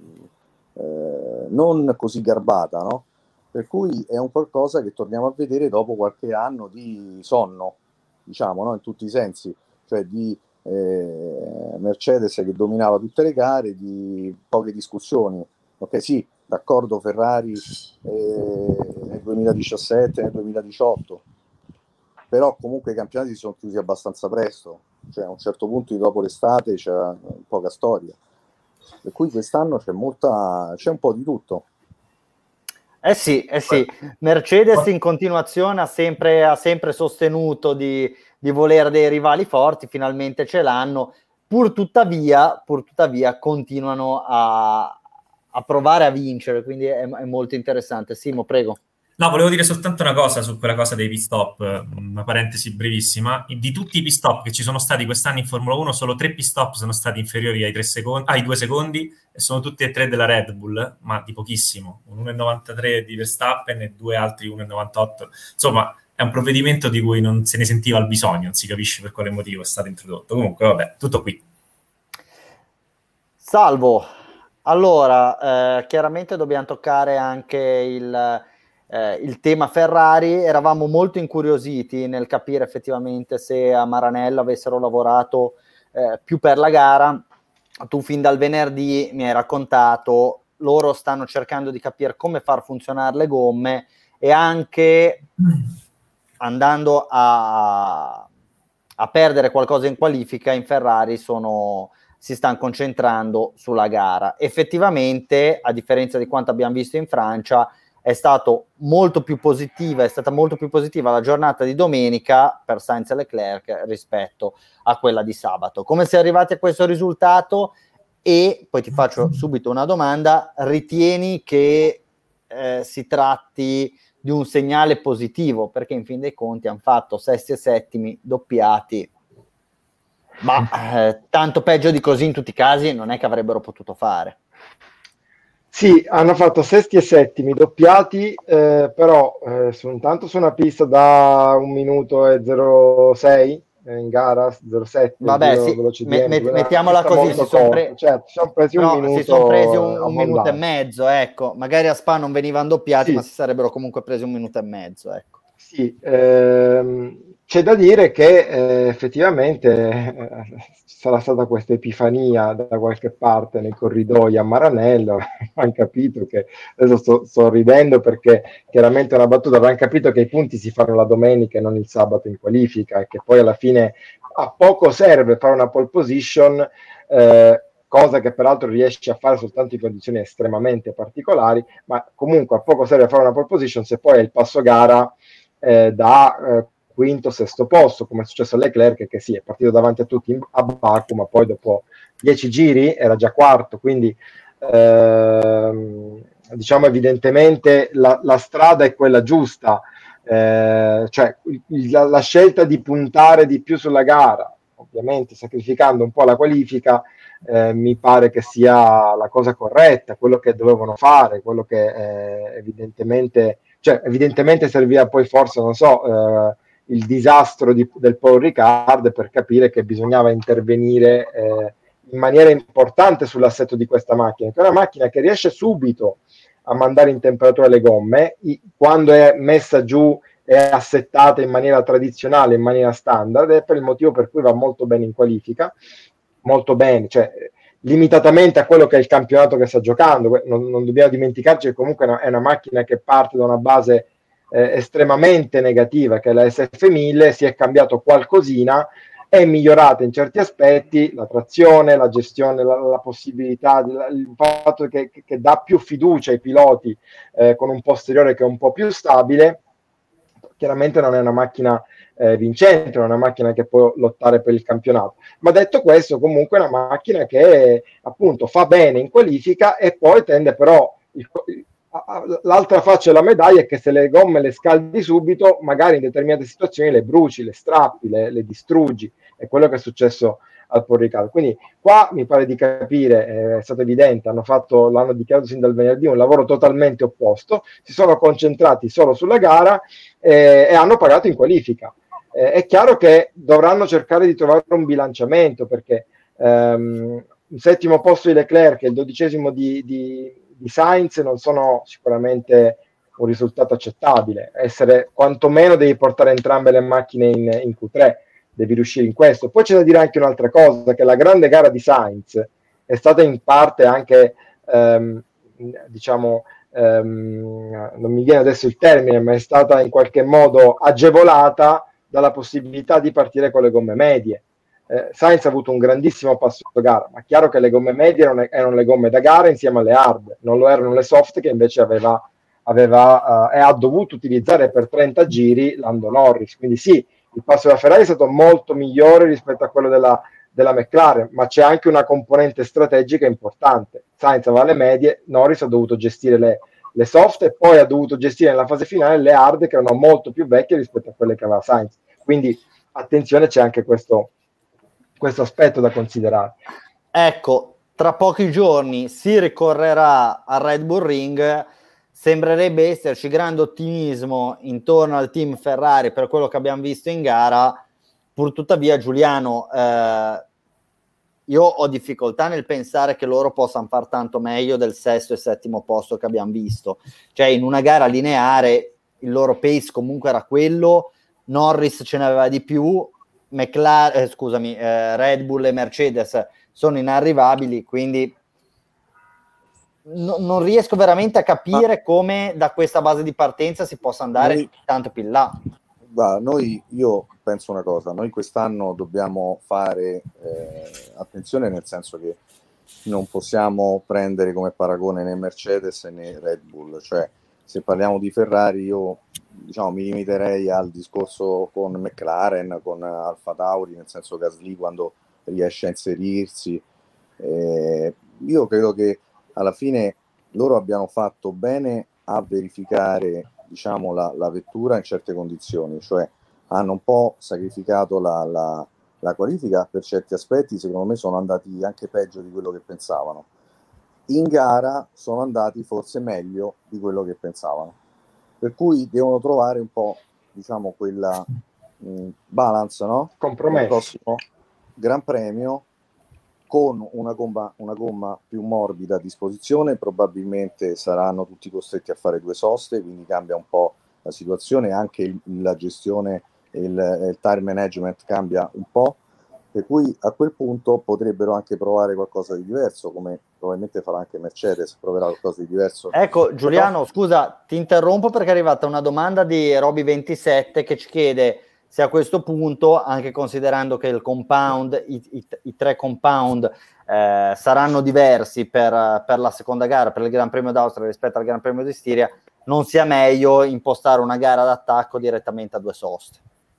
eh, non così garbata, no? Per cui è un qualcosa che torniamo a vedere dopo qualche anno di sonno, diciamo, no? In tutti i sensi, cioè di eh, Mercedes che dominava tutte le gare, di poche discussioni. Ok, sì, d'accordo, Ferrari eh, nel duemiladiciassette, nel duemiladiciotto, però comunque i campionati si sono chiusi abbastanza presto, cioè a un certo punto dopo l'estate c'è poca storia, per cui quest'anno c'è molta, c'è un po' di tutto. Eh sì, eh sì, Mercedes in continuazione ha sempre, ha sempre sostenuto di, di volere dei rivali forti, finalmente ce l'hanno, pur tuttavia, pur tuttavia continuano a, a provare a vincere, quindi è, è molto interessante. Simo, prego. No, volevo dire soltanto una cosa su quella cosa dei pit stop, una parentesi brevissima. Di tutti i pit stop che ci sono stati quest'anno in Formula uno, solo tre pit stop sono stati inferiori ai, tre secondi, ai due secondi, e sono tutti e tre della Red Bull, ma di pochissimo. Un uno virgola novantatré di Verstappen e due altri uno virgola novantotto. Insomma, è un provvedimento di cui non se ne sentiva il bisogno, non si capisce per quale motivo è stato introdotto. Comunque, vabbè, tutto qui. Salvo. Allora, eh, chiaramente dobbiamo toccare anche il... Eh, il tema Ferrari. Eravamo molto incuriositi nel capire effettivamente se a Maranello avessero lavorato eh, più per la gara. Tu fin dal venerdì mi hai raccontato, loro stanno cercando di capire come far funzionare le gomme e anche andando a, a perdere qualcosa in qualifica in Ferrari sono, si stanno concentrando sulla gara. Effettivamente, a differenza di quanto abbiamo visto in Francia, è stato molto più positiva, è stata molto più positiva la giornata di domenica per Sainz e Leclerc rispetto a quella di sabato. Come si è arrivati a questo risultato? E poi ti faccio subito una domanda: ritieni che eh, si tratti di un segnale positivo? Perché in fin dei conti hanno fatto sesti e settimi doppiati, ma eh, tanto peggio di così in tutti i casi non è che avrebbero potuto fare. Sì, hanno fatto sesti e settimi doppiati, eh, però eh, su, intanto su una pista da un minuto e zero sei eh, in gara, zero sette, vabbè, sì, me, met, mettiamola così, si sono pre... cioè, son presi un no, minuto, si sono presi un, un minuto e mezzo, ecco, magari a Spa non venivano doppiati, sì, ma si sarebbero comunque presi un minuto e mezzo, ecco. Sì, ehm, c'è da dire che eh, effettivamente eh, ci sarà stata questa epifania da qualche parte nei corridoi a Maranello, hanno capito che, adesso sto, sto ridendo perché chiaramente è una battuta, avranno capito che i punti si fanno la domenica e non il sabato in qualifica e che poi alla fine a poco serve fare una pole position, eh, cosa che peraltro riesce a fare soltanto in condizioni estremamente particolari, ma comunque a poco serve fare una pole position se poi è il passo gara Eh, da eh, quinto, sesto posto, come è successo a Leclerc, che sì, è partito davanti a tutti in, a Baku, ma poi dopo dieci giri era già quarto, quindi ehm, diciamo evidentemente la, la strada è quella giusta, eh, cioè la, la scelta di puntare di più sulla gara, ovviamente sacrificando un po' la qualifica, eh, mi pare che sia la cosa corretta, quello che dovevano fare, quello che eh, evidentemente cioè evidentemente serviva poi forse, non so, eh, il disastro di, del Paul Ricard per capire che bisognava intervenire eh, in maniera importante sull'assetto di questa macchina, che è una macchina che riesce subito a mandare in temperatura le gomme, i, quando è messa giù è assettata in maniera tradizionale, in maniera standard, è per il motivo per cui va molto bene in qualifica, molto bene, cioè limitatamente a quello che è il campionato che sta giocando. Non, non dobbiamo dimenticarci che comunque è una, è una macchina che parte da una base eh, estremamente negativa, che è la S F mille, si è cambiato qualcosina, è migliorata in certi aspetti, la trazione, la gestione, la, la possibilità, la, il fatto che, che, che dà più fiducia ai piloti eh, con un posteriore che è un po' più stabile. Chiaramente non è una macchina eh, vincente, non è una macchina che può lottare per il campionato, ma detto questo comunque è una macchina che appunto fa bene in qualifica e poi tende però il, l'altra faccia della medaglia è che se le gomme le scaldi subito, magari in determinate situazioni le bruci, le strappi, le, le distruggi. È quello che è successo al Paul Ricard. Quindi qua mi pare di capire, eh, è stato evidente, hanno fatto, l'hanno dichiarato sin dal venerdì, un lavoro totalmente opposto, si sono concentrati solo sulla gara eh, e hanno pagato in qualifica. Eh, è chiaro che dovranno cercare di trovare un bilanciamento, perché ehm, il settimo posto di Leclerc e il dodicesimo di, di, di Sainz non sono sicuramente un risultato accettabile. Essere quantomeno devi portare entrambe le macchine in, in Q tre, devi riuscire in questo. Poi c'è da dire anche un'altra cosa, che la grande gara di Sainz è stata in parte anche ehm, diciamo ehm, non mi viene adesso il termine, ma è stata in qualche modo agevolata dalla possibilità di partire con le gomme medie. Eh, Sainz ha avuto un grandissimo passo gara, ma chiaro che le gomme medie erano, erano le gomme da gara insieme alle hard, non lo erano le soft che invece aveva, aveva uh, e ha dovuto utilizzare per trenta giri Lando Norris. Quindi sì, il passo della Ferrari è stato molto migliore rispetto a quello della, della McLaren, ma c'è anche una componente strategica importante. Sainz aveva le medie, Norris ha dovuto gestire le, le soft e poi ha dovuto gestire nella fase finale le hard, che erano molto più vecchie rispetto a quelle che aveva Sainz. Quindi attenzione, c'è anche questo, questo aspetto da considerare. Ecco, tra pochi giorni si ricorrerà al Red Bull Ring. Sembrerebbe esserci grande ottimismo intorno al team Ferrari per quello che abbiamo visto in gara. Pur tuttavia, Giuliano, eh, io ho difficoltà nel pensare che loro possano far tanto meglio del sesto e settimo posto che abbiamo visto. Cioè, in una gara lineare il loro pace comunque era quello, Norris ce n'aveva di più, McLaren, eh, scusami, eh, Red Bull e Mercedes sono inarrivabili, quindi no, non riesco veramente a capire Ma... come da questa base di partenza si possa andare noi... tanto più in là. Va, noi, io penso una cosa, noi quest'anno dobbiamo fare eh, attenzione, nel senso che non possiamo prendere come paragone né Mercedes né Red Bull. Cioè, se parliamo di Ferrari, io diciamo mi limiterei al discorso con McLaren, con Alfa Tauri, nel senso Gasly quando riesce a inserirsi. Eh, io credo che alla fine loro abbiano fatto bene a verificare, diciamo, la, la vettura in certe condizioni, cioè hanno un po' sacrificato la, la, la qualifica per certi aspetti. Secondo me sono andati anche peggio di quello che pensavano. In gara sono andati forse meglio di quello che pensavano, per cui devono trovare un po', diciamo, quella mh, balance, no? Compromesso. Il prossimo Gran Premio, con una gomma, una gomma più morbida a disposizione, probabilmente saranno tutti costretti a fare due soste, quindi cambia un po' la situazione, anche il, la gestione e il, il time management cambia un po', per cui a quel punto potrebbero anche provare qualcosa di diverso, come probabilmente farà anche Mercedes, proverà qualcosa di diverso. Ecco, Giuliano, Però... scusa, ti interrompo perché è arrivata una domanda di Roby ventisette che ci chiede se a questo punto, anche considerando che il compound, i, i, i tre compound eh, saranno diversi per, per la seconda gara, per il Gran Premio d'Austria rispetto al Gran Premio di Stiria, non sia meglio impostare una gara d'attacco direttamente a due soste.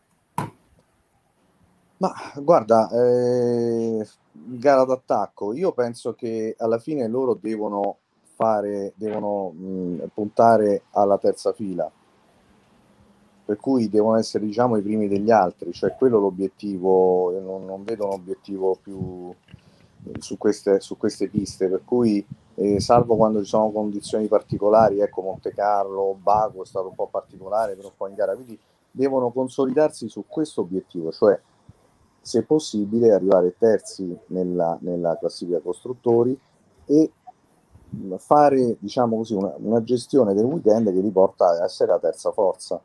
Ma guarda, eh, gara d'attacco, io penso che alla fine loro devono fare, devono mh, puntare alla terza fila, per cui devono essere, diciamo, i primi degli altri, cioè quello l'obiettivo. Non, non vedo un obiettivo più su queste, su queste piste, per cui eh, salvo quando ci sono condizioni particolari, ecco Monte Carlo, Baku è stato un po' particolare per un po' in gara, quindi devono consolidarsi su questo obiettivo, cioè se possibile arrivare terzi nella, nella classifica costruttori e fare, diciamo così, una, una gestione del weekend che li porta a essere la terza forza.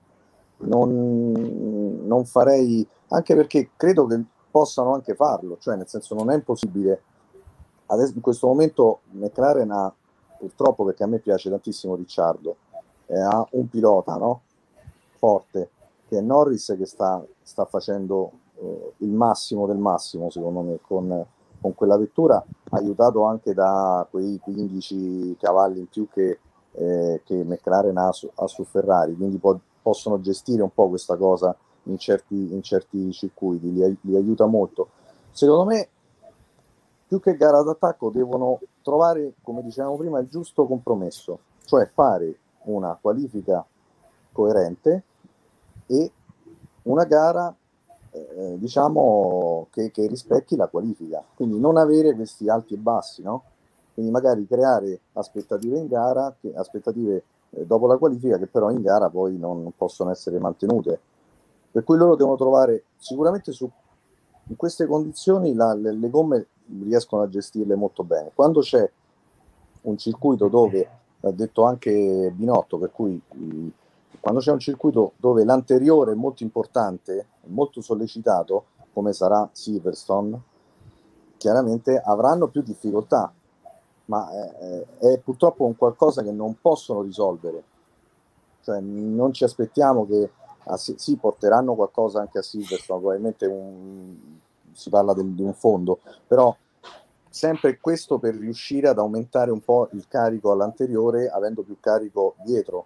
Non, non farei, anche perché credo che possano anche farlo, cioè nel senso non è impossibile. Adesso in questo momento McLaren ha, purtroppo, perché a me piace tantissimo Ricciardo, eh, ha un pilota, no? Forte, che è Norris, che sta, sta facendo eh, il massimo del massimo secondo me con, con quella vettura, aiutato anche da quei quindici cavalli in più che, eh, che McLaren ha su, ha su Ferrari, quindi può, possono gestire un po' questa cosa in certi, in certi circuiti, li, li aiuta molto. Secondo me più che gara d'attacco devono trovare, come dicevamo prima, il giusto compromesso, cioè fare una qualifica coerente e una gara eh, diciamo che, che rispecchi la qualifica, quindi non avere questi alti e bassi, no? Quindi magari creare aspettative in gara, che, aspettative eh, dopo la qualifica che però in gara poi non possono essere mantenute, per cui loro devono trovare sicuramente su in queste condizioni la, le, le gomme riescono a gestirle molto bene. Quando c'è un circuito dove, ha detto anche Binotto, per cui mh, quando c'è un circuito dove l'anteriore è molto importante, molto sollecitato, come sarà Silverstone, chiaramente avranno più difficoltà, ma è, è purtroppo un qualcosa che non possono risolvere. Cioè non ci aspettiamo che ah, sì, sì, porteranno qualcosa anche a Silverstone, probabilmente un, si parla del, di un fondo, però sempre questo per riuscire ad aumentare un po' il carico all'anteriore, avendo più carico dietro,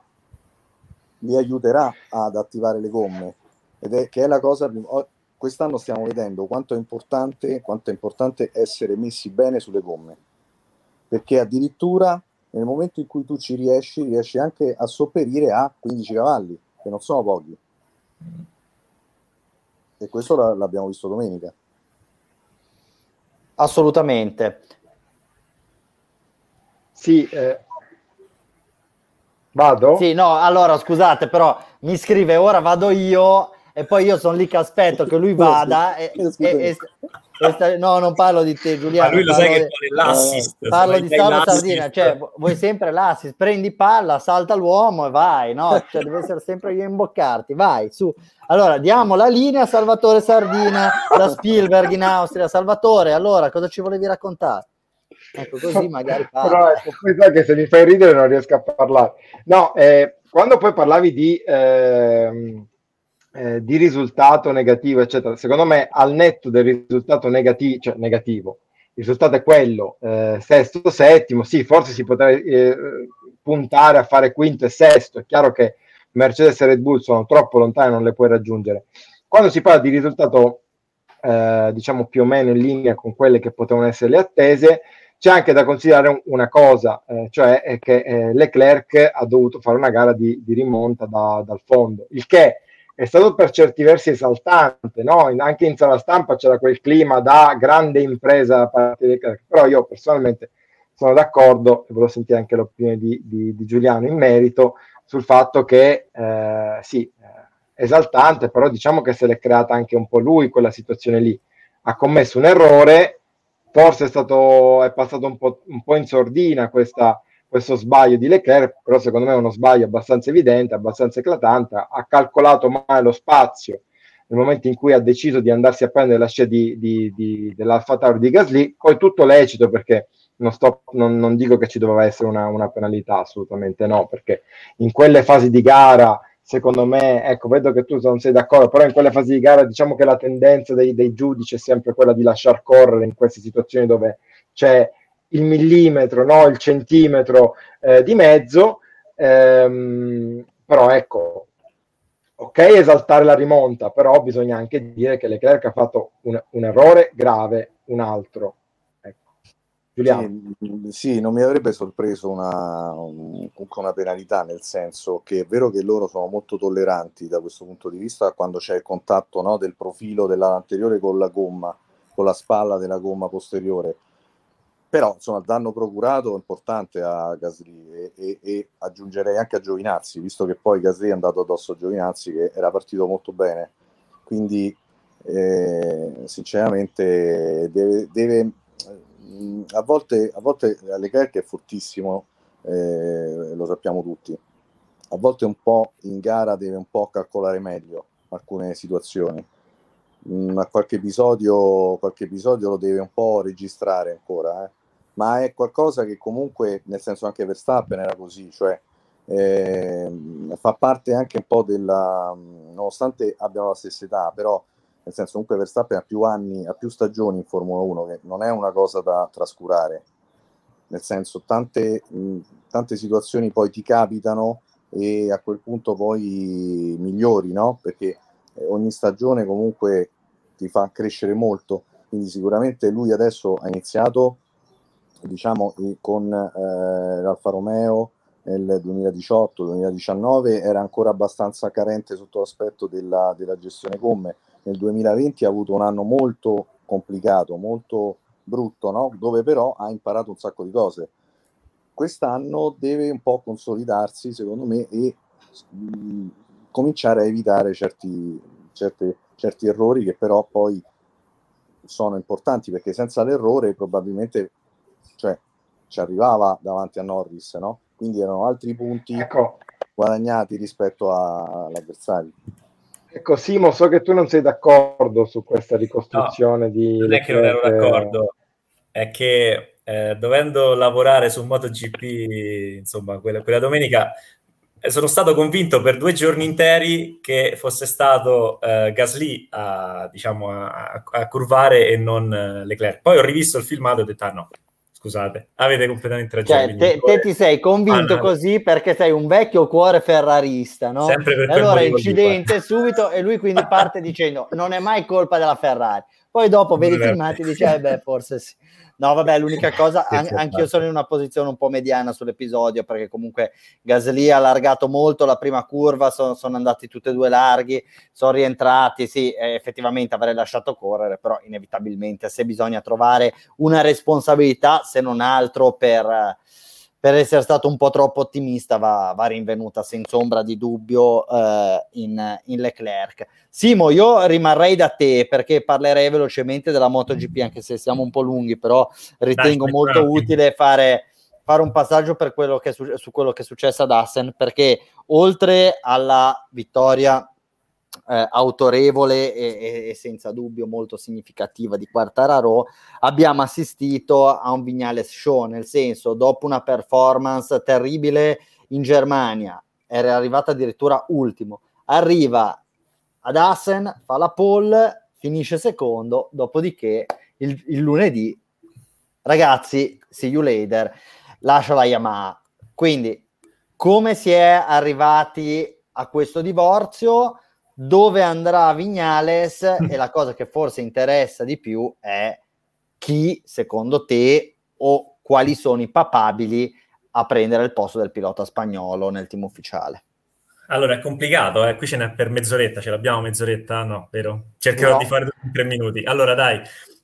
li aiuterà ad attivare le gomme, ed è che è la cosa, quest'anno stiamo vedendo quanto è importante, quanto è importante essere messi bene sulle gomme, perché addirittura nel momento in cui tu ci riesci, riesci anche a sopperire a quindici cavalli, che non sono pochi. E questo l'abbiamo visto domenica. Assolutamente. Sì, eh. Vado? Sì, no, allora scusate, però mi scrive ora vado io e poi io sono lì che aspetto che lui vada e, e, e, e sta... no, non parlo di te Giuliano, ma lui lo parlo sai che di... vuole l'assist, uh, parlo di Salvo Sardina, cioè vuoi sempre l'assist, prendi palla, salta l'uomo e vai, no? Cioè deve essere sempre io a imboccarti, vai, su. Allora, diamo la linea a Salvatore Sardina da Spielberg in Austria. Salvatore, allora, cosa ci volevi raccontare? Ecco, così magari parla. Però ecco, poi sai che se mi fai ridere non riesco a parlare. No, eh, quando poi parlavi di, eh, eh, di risultato negativo, eccetera, secondo me al netto del risultato negativo, cioè negativo, il risultato è quello, eh, sesto, settimo, sì, forse si potrebbe eh, puntare a fare quinto e sesto, è chiaro che Mercedes e Red Bull sono troppo lontane, non le puoi raggiungere. Quando si parla di risultato, eh, diciamo più o meno in linea con quelle che potevano essere le attese, c'è anche da considerare una cosa, eh, cioè è che eh, Leclerc ha dovuto fare una gara di, di rimonta da, dal fondo, il che è stato per certi versi esaltante, no? In, anche in sala stampa c'era quel clima da grande impresa da parte di Leclerc, però io personalmente sono d'accordo, e volevo sentire anche l'opinione di, di, di Giuliano in merito, sul fatto che eh, sì, esaltante, però diciamo che se l'è creata anche un po' lui quella situazione lì, ha commesso un errore, forse è stato è passato un po', un po' in sordina questa, questo sbaglio di Leclerc, però secondo me è uno sbaglio abbastanza evidente, abbastanza eclatante, ha calcolato male lo spazio nel momento in cui ha deciso di andarsi a prendere la scia di, di, di, dell'Alfa Tauri di Gasly, poi tutto lecito, perché non, sto, non, non dico che ci doveva essere una, una penalità, assolutamente no, perché in quelle fasi di gara secondo me, ecco, vedo che tu non sei d'accordo, però in quelle fasi di gara diciamo che la tendenza dei, dei giudici è sempre quella di lasciar correre in queste situazioni dove c'è il millimetro, no, il centimetro eh, di mezzo, ehm, però ecco, ok esaltare la rimonta, però bisogna anche dire che Leclerc ha fatto un, un errore grave, un altro. Ecco. Giuliano. Sì, sì, non mi avrebbe sorpreso una, un, una penalità, nel senso che è vero che loro sono molto tolleranti da questo punto di vista quando c'è il contatto, no, del profilo dell'anteriore con la gomma, con la spalla della gomma posteriore, però insomma il danno procurato è importante a Gasly e, e, e aggiungerei anche a Giovinazzi, visto che poi Gasly è andato addosso a Giovinazzi che era partito molto bene, quindi eh, sinceramente deve, deve mh, a volte a volte Leclerc è fortissimo, eh, lo sappiamo tutti, a volte un po' in gara deve un po' calcolare meglio alcune situazioni. Ma qualche episodio, qualche episodio lo deve un po' registrare ancora, eh. Ma è qualcosa che comunque, nel senso anche Verstappen era così, cioè eh, fa parte anche un po' della, nonostante abbiano la stessa età, però nel senso comunque Verstappen ha più anni, ha più stagioni in Formula uno, che non è una cosa da trascurare, nel senso tante, mh, tante situazioni poi ti capitano e a quel punto poi migliori, no? Perché ogni stagione comunque ti fa crescere molto, quindi sicuramente lui adesso ha iniziato diciamo con eh, l'Alfa Romeo nel duemiladiciotto duemiladiciannove, era ancora abbastanza carente sotto l'aspetto della, della gestione gomme. Nel duemilaventi ha avuto un anno molto complicato, molto brutto, no? Dove però ha imparato un sacco di cose. Quest'anno deve un po' consolidarsi secondo me e mh, cominciare a evitare certi, certi, certi errori che però poi sono importanti, perché senza l'errore probabilmente cioè, ci arrivava davanti a Norris, no? Quindi erano altri punti ecco. guadagnati rispetto a, all'avversario. Ecco Simo, so che tu non sei d'accordo su questa ricostruzione no, di non è che non ero Leclerc. d'accordo, è che eh, dovendo lavorare su MotoGP, insomma, quella, quella domenica sono stato convinto per due giorni interi che fosse stato eh, Gasly a, diciamo, a, a curvare e non eh, Leclerc. Poi ho rivisto il filmato e ho detto, ah no, scusate, avete completamente ragione. Cioè, te, te ti sei convinto ah, no. così perché sei un vecchio cuore ferrarista, no? Sempre per e allora quel incidente subito e lui quindi parte dicendo non è mai colpa della Ferrari. Poi dopo vedi i filmati e dici, eh beh, forse sì. No, vabbè, l'unica cosa, an- anch'io sono in una posizione un po' mediana sull'episodio, perché comunque Gasly ha allargato molto la prima curva, sono, sono andati tutti e due larghi, sono rientrati, sì, eh, effettivamente avrei lasciato correre, però inevitabilmente se bisogna trovare una responsabilità, se non altro per... per essere stato un po' troppo ottimista, va, va rinvenuta senza ombra di dubbio eh, in, in Leclerc. Simo, io rimarrei da te perché parlerei velocemente della MotoGP, anche se siamo un po' lunghi, però ritengo Dai, molto utile fare, fare un passaggio per quello che su, su quello che è successo ad Assen, perché oltre alla vittoria Eh, autorevole e, e senza dubbio molto significativa di Quartararo, abbiamo assistito a un Viñales show, nel senso, dopo una performance terribile in Germania, era arrivata addirittura ultimo, arriva ad Assen, fa la pole, finisce secondo, dopodiché il, il lunedì, ragazzi, see you later, lascia la Yamaha. Quindi come si è arrivati a questo divorzio? Dove andrà Viñales? E la cosa che forse interessa di più è chi, secondo te, o quali sono i papabili a prendere il posto del pilota spagnolo nel team ufficiale. Allora, è complicato, eh? Qui ce n'è per mezz'oretta, ce l'abbiamo mezz'oretta? No, vero? Cercherò no. di fare tutto in tre minuti. Allora, dai,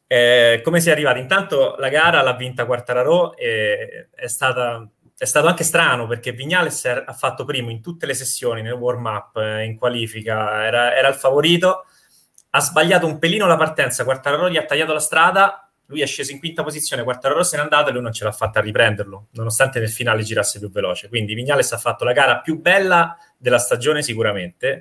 eh, come si è arrivati? Intanto la gara l'ha vinta Quartararo e è stata... È stato anche strano perché Viñales ha fatto primo in tutte le sessioni, nel warm-up, eh, in qualifica, era, era il favorito, ha sbagliato un pelino la partenza, Quartararo gli ha tagliato la strada, lui è sceso in quinta posizione, Quartararo se n'è andato e lui non ce l'ha fatta a riprenderlo, nonostante nel finale girasse più veloce. Quindi Viñales ha fatto la gara più bella della stagione sicuramente,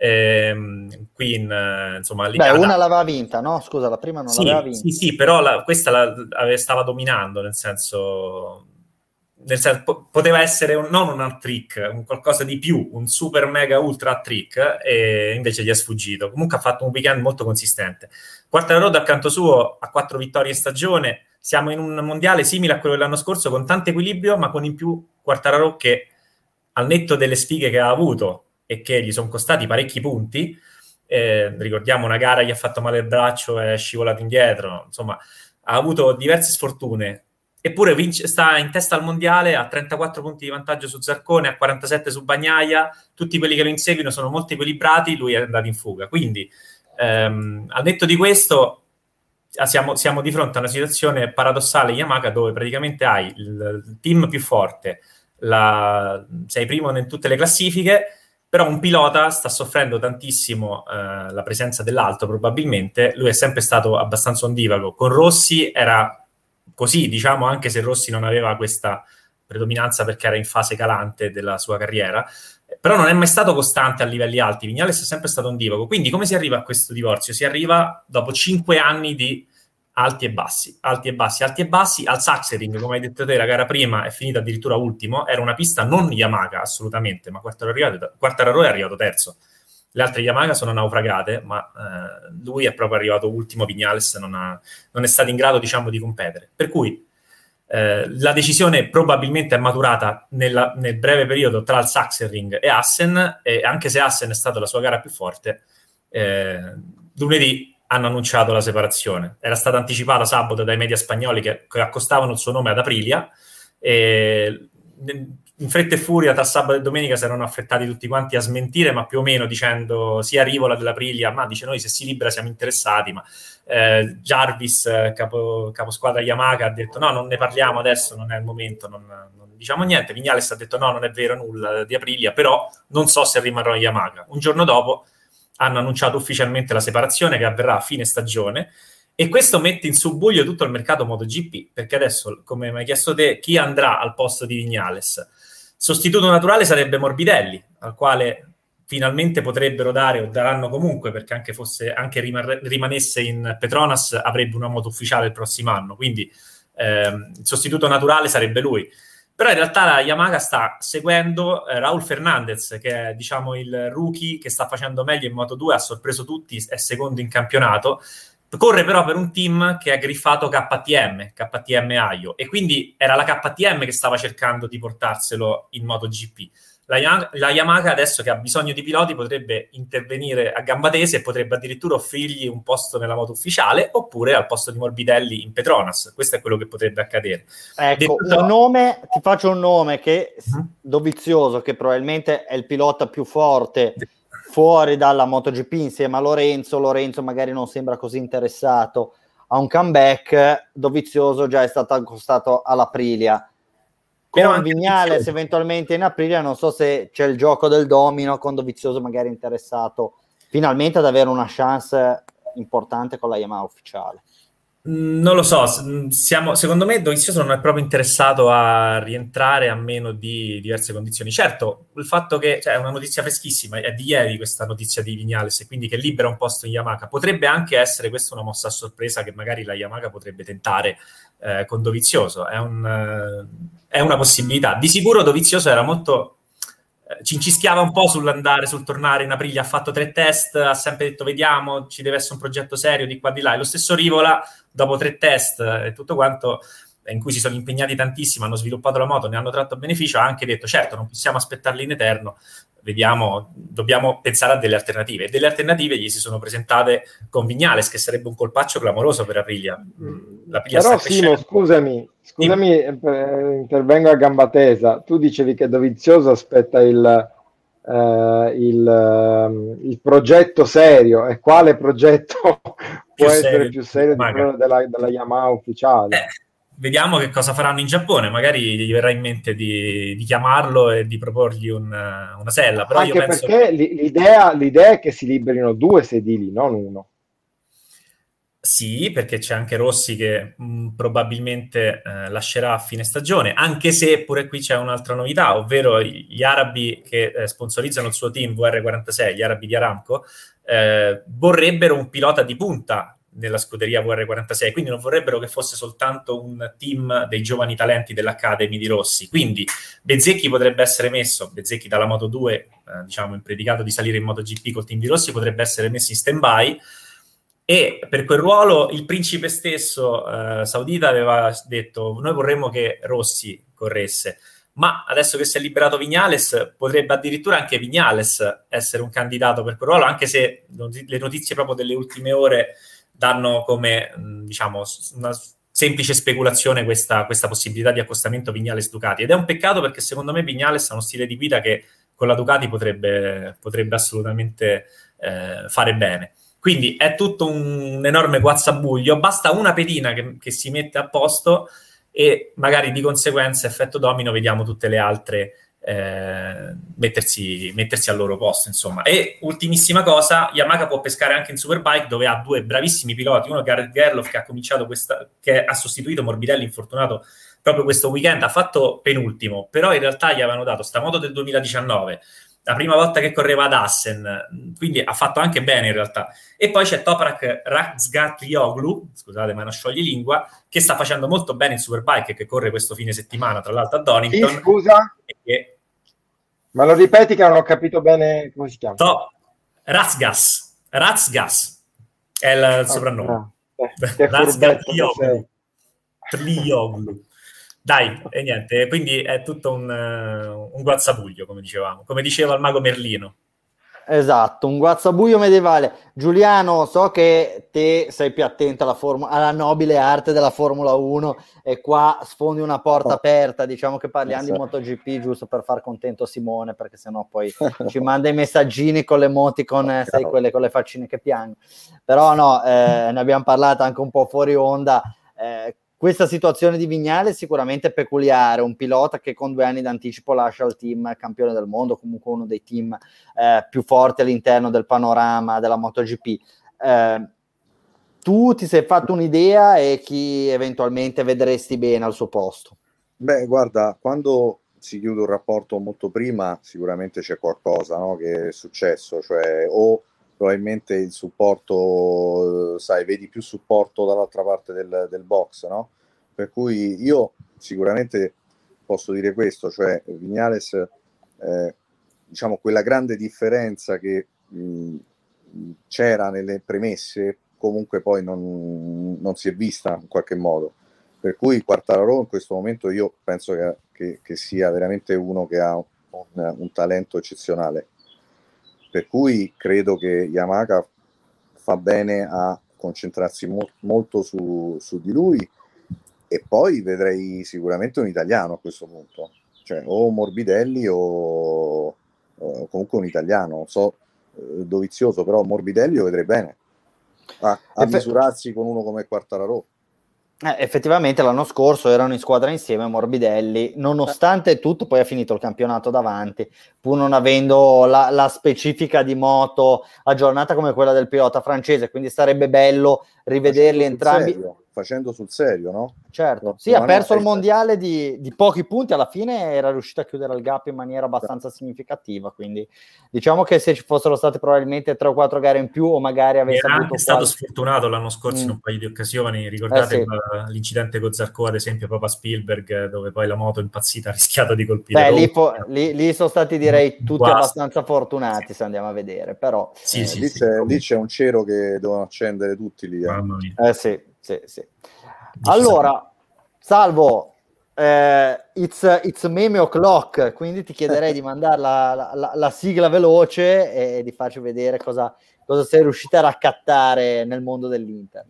ehm, qui in, eh, insomma... Beh, una l'aveva vinta, no? Scusa, la prima non sì, l'aveva vinta. Sì, sì, però la, questa la, la, stava dominando, nel senso... Nel senso, poteva essere un, non un hat trick, un qualcosa di più, un super mega ultra hat trick, e invece gli è sfuggito. Comunque ha fatto un weekend molto consistente. Quartararo dal canto suo ha quattro vittorie in stagione, siamo in un mondiale simile a quello dell'anno scorso, con tanto equilibrio, ma con in più Quartararo che, al netto delle sfighe che ha avuto e che gli sono costati parecchi punti, eh, ricordiamo una gara gli ha fatto male il braccio, è scivolato indietro, insomma, ha avuto diverse sfortune. Eppure vince, sta in testa al mondiale, ha trentaquattro punti di vantaggio su Zarcone, ha quarantasette su Bagnaia, tutti quelli che lo inseguono sono molto equilibrati, lui è andato in fuga. Quindi, ehm, al netto di questo, siamo, siamo di fronte a una situazione paradossale Yamaha dove praticamente hai il, il team più forte, la, sei primo in tutte le classifiche, però un pilota sta soffrendo tantissimo eh, la presenza dell'altro, probabilmente. Lui è sempre stato abbastanza ondivago. Con Rossi era così, diciamo, anche se Rossi non aveva questa predominanza perché era in fase calante della sua carriera, però non è mai stato costante a livelli alti. Viñales è sempre stato ondivago. Quindi come si arriva a questo divorzio? Si arriva dopo cinque anni di alti e bassi, alti e bassi, alti e bassi. Al Sachsenring, come hai detto te, la gara prima è finita addirittura ultimo, era una pista non Yamaha assolutamente, ma Quartararo è arrivato terzo. Le altre Yamaha sono naufragate, ma eh, lui è proprio arrivato ultimo. Viñales non, ha, non è stato in grado, diciamo, di competere. Per cui eh, la decisione probabilmente è maturata nella, nel breve periodo tra il Sachsenring e Assen, e anche se Assen è stata la sua gara più forte, eh, lunedì hanno annunciato la separazione. Era stata anticipata sabato dai media spagnoli che, che accostavano il suo nome ad Aprilia, e in fretta e furia tra sabato e domenica si erano affrettati tutti quanti a smentire, ma più o meno dicendo sia Rivola dell'Aprilia, ma dice noi se si libera siamo interessati, ma eh, Jarvis, capo, caposquadra Yamaha, ha detto no, non ne parliamo adesso, non è il momento, non, non diciamo niente. Viñales ha detto no, non è vero nulla di Aprilia, però non so se rimarrò a Yamaha. Un giorno dopo hanno annunciato ufficialmente la separazione che avverrà a fine stagione, e questo mette in subbuglio tutto il mercato MotoGP, perché adesso, come mi hai chiesto te, chi andrà al posto di Viñales? Sostituto naturale sarebbe Morbidelli, al quale finalmente potrebbero dare, o daranno comunque, perché anche fosse anche rimar- rimanesse in Petronas avrebbe una moto ufficiale il prossimo anno, quindi ehm, il sostituto naturale sarebbe lui. Però in realtà la Yamaha sta seguendo eh, Raúl Fernández, che è, diciamo, il rookie che sta facendo meglio in Moto due, ha sorpreso tutti, è secondo in campionato. Corre però per un team che è griffato K T M, K T M Aio, e quindi era la K T M che stava cercando di portarselo in MotoGP. La, la Yamaha adesso che ha bisogno di piloti potrebbe intervenire a gamba tesa e potrebbe addirittura offrirgli un posto nella moto ufficiale oppure al posto di Morbidelli in Petronas. Questo è quello che potrebbe accadere. Ecco, Detto un nome, ti faccio un nome che uh-huh. Dovizioso, che probabilmente è il pilota più forte fuori dalla MotoGP insieme a Lorenzo. Lorenzo magari non sembra così interessato a un comeback. Dovizioso già è stato accostato all'Aprilia. Con Viñales eventualmente in Aprilia, non so se c'è il gioco del domino, con Dovizioso magari interessato finalmente ad avere una chance importante con la Yamaha ufficiale. Non lo so, siamo, secondo me Dovizioso non è proprio interessato a rientrare a meno di diverse condizioni. Certo, il fatto che, cioè, è una notizia freschissima, è di ieri questa notizia di Viñales, e quindi che libera un posto in Yamaha. Potrebbe anche essere questa una mossa a sorpresa che magari la Yamaha potrebbe tentare eh, con Dovizioso. È, un, eh, è una possibilità. Di sicuro Dovizioso era molto... ci incischiava un po' sull'andare, sul tornare in Aprilia. Ha fatto tre test, ha sempre detto vediamo, ci deve essere un progetto serio di qua di là, e lo stesso Rivola dopo tre test e tutto quanto, in cui si sono impegnati tantissimo, hanno sviluppato la moto, ne hanno tratto beneficio, ha anche detto certo non possiamo aspettarli in eterno, vediamo, dobbiamo pensare a delle alternative, e delle alternative gli si sono presentate con Viñales, che sarebbe un colpaccio clamoroso per Aprilia. L'Aprilia però Simo, scusami scusami sì. eh, intervengo a gamba tesa. Tu dicevi che Dovizioso aspetta il Uh, il, uh, il progetto serio, e quale progetto può essere serio, più serio di quello della, della Yamaha ufficiale? Eh, vediamo che cosa faranno in Giappone, magari gli verrà in mente di, di chiamarlo e di proporgli un, una sella. Però anche io penso... perché l'idea, l'idea è che si liberino due sedili, non uno. Sì, perché c'è anche Rossi che mh, probabilmente eh, lascerà a fine stagione, anche se pure qui c'è un'altra novità, ovvero gli arabi che eh, sponsorizzano il suo team V R quarantasei, gli arabi di Aramco, eh, vorrebbero un pilota di punta nella scuderia V R quarantasei, quindi non vorrebbero che fosse soltanto un team dei giovani talenti dell'Academy di Rossi. Quindi Bezzecchi potrebbe essere messo, Bezzecchi dalla Moto due, eh, diciamo, impredicato di salire in MotoGP col team di Rossi, potrebbe essere messo in stand-by. E per quel ruolo il principe stesso eh, saudita aveva detto noi vorremmo che Rossi corresse, ma adesso che si è liberato Viñales potrebbe addirittura anche Viñales essere un candidato per quel ruolo, anche se le notizie proprio delle ultime ore danno come, diciamo, una semplice speculazione questa, questa possibilità di accostamento Viñales-Ducati, ed è un peccato perché secondo me Viñales ha uno stile di guida che con la Ducati potrebbe, potrebbe assolutamente eh, fare bene. Quindi è tutto un, un enorme guazzabuglio, basta una pedina che, che si mette a posto e magari di conseguenza, effetto domino, vediamo tutte le altre eh, mettersi, mettersi al loro posto, insomma. E ultimissima cosa, Yamaha può pescare anche in Superbike, dove ha due bravissimi piloti, uno Gareth Gerloff che ha cominciato questa, che ha sostituito Morbidelli infortunato proprio questo weekend, ha fatto penultimo, però in realtà gli avevano dato sta moto del duemiladiciannove, la prima volta che correva ad Assen, quindi ha fatto anche bene in realtà. E poi c'è Toprak Razgatlioglu, scusate ma non sciogli lingua, che sta facendo molto bene in Superbike e che corre questo fine settimana, tra l'altro a Donington. Sì, scusa? E... Ma lo ripeti che non ho capito bene come si chiama? To- Razgas, Razgas è il, il ah, soprannome. No. Eh, Razgatlioglu. Tlioglu. Dai, e niente, quindi è tutto un, uh, un guazzabuglio, come dicevamo, come diceva il mago Merlino. Esatto, un guazzabuglio medievale. Giuliano, so che te sei più attento alla, form- alla nobile arte della Formula uno e qua sfondi una porta oh. aperta, diciamo che parliamo esatto. di MotoGP giusto per far contento Simone, perché sennò poi ci manda i messaggini con le emoticon, oh, sai, quelle con le faccine che piangono. Però no, eh, ne abbiamo parlato anche un po' fuori onda. Eh, Questa situazione di Vignale è sicuramente peculiare, un pilota che con due anni d'anticipo lascia il team campione del mondo, comunque uno dei team eh, più forti all'interno del panorama della MotoGP. Eh, tu ti sei fatto un'idea e chi eventualmente vedresti bene al suo posto? Beh, guarda, quando si chiude un rapporto molto prima sicuramente c'è qualcosa, no, che è successo, cioè o probabilmente il supporto, sai, vedi più supporto dall'altra parte del, del box, no? Per cui io sicuramente posso dire questo, cioè Viñales, eh, diciamo, quella grande differenza che mh, c'era nelle premesse, comunque poi non, non si è vista in qualche modo. Per cui Quartararo in questo momento io penso che, che, che sia veramente uno che ha un, un talento eccezionale. Per cui credo che Yamaha fa bene a concentrarsi mo- molto su, su di lui, e poi vedrei sicuramente un italiano a questo punto, cioè o Morbidelli o, o comunque un italiano, non so, eh, Dovizioso, però Morbidelli lo vedrei bene a, a Eff- misurarsi con uno come Quartararo. Eh, effettivamente l'anno scorso erano in squadra insieme Morbidelli, nonostante tutto poi ha finito il campionato davanti, pur non avendo la, la specifica di moto aggiornata come quella del pilota francese, quindi sarebbe bello rivederli facendo entrambi. Sul serio, facendo sul serio, no? Certo, no, sì, ha no, perso no, il mondiale di, di pochi punti, alla fine era riuscito a chiudere il gap in maniera abbastanza significativa, quindi diciamo che se ci fossero state probabilmente tre o quattro gare in più o magari avesse era avuto anche stato qualche... sfortunato l'anno scorso mm. in un paio di occasioni, ricordate eh sì. l'incidente con Zarco ad esempio proprio a Spielberg, dove poi la moto impazzita ha rischiato di colpire. Beh, lì, fo- lì, lì sono stati direi tutti Guasti. abbastanza fortunati, se andiamo a vedere, però sì, eh, sì, lì, sì. C'è, lì c'è un cero che devono accendere tutti lì. Eh, Mamma mia. eh sì, sì, sì. Allora, Salvo, eh, it's, it's meme o'clock, quindi ti chiederei di mandare la, la, la, la sigla veloce e, e di farci vedere cosa, cosa sei riuscita a raccattare nel mondo dell'internet.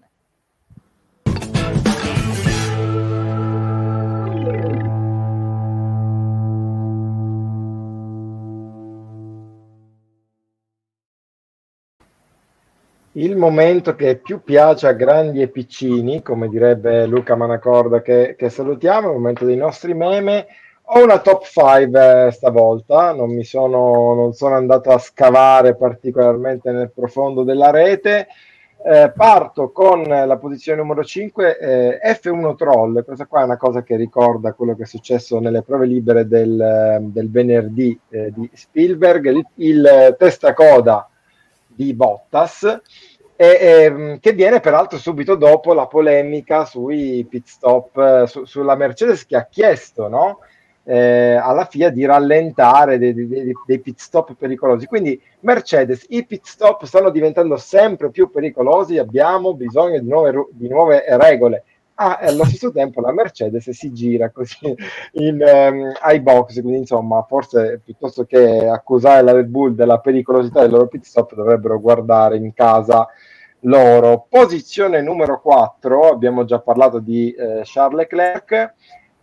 Il momento che più piace a grandi e piccini, come direbbe Luca Manacorda, che, che salutiamo, il momento dei nostri meme. Ho una top cinque eh, stavolta, non mi sono, non sono andato a scavare particolarmente nel profondo della rete. Eh, parto con la posizione numero cinque, eh, F uno Troll. Questa qua è una cosa che ricorda quello che è successo nelle prove libere del, del venerdì eh, di Spielberg, il, il testacoda di Bottas, e, e, che viene peraltro subito dopo la polemica sui pit stop, su, sulla Mercedes che ha chiesto, no? eh, alla F I A di rallentare dei, dei, dei pit stop pericolosi. Quindi Mercedes, i pit stop stanno diventando sempre più pericolosi, abbiamo bisogno di nuove, di nuove regole. Ah, e allo stesso tempo la Mercedes si gira così in, um, ai box, quindi insomma forse piuttosto che accusare la Red Bull della pericolosità del loro pit stop dovrebbero guardare in casa loro. Posizione numero quattro, abbiamo già parlato di eh, Charles Leclerc,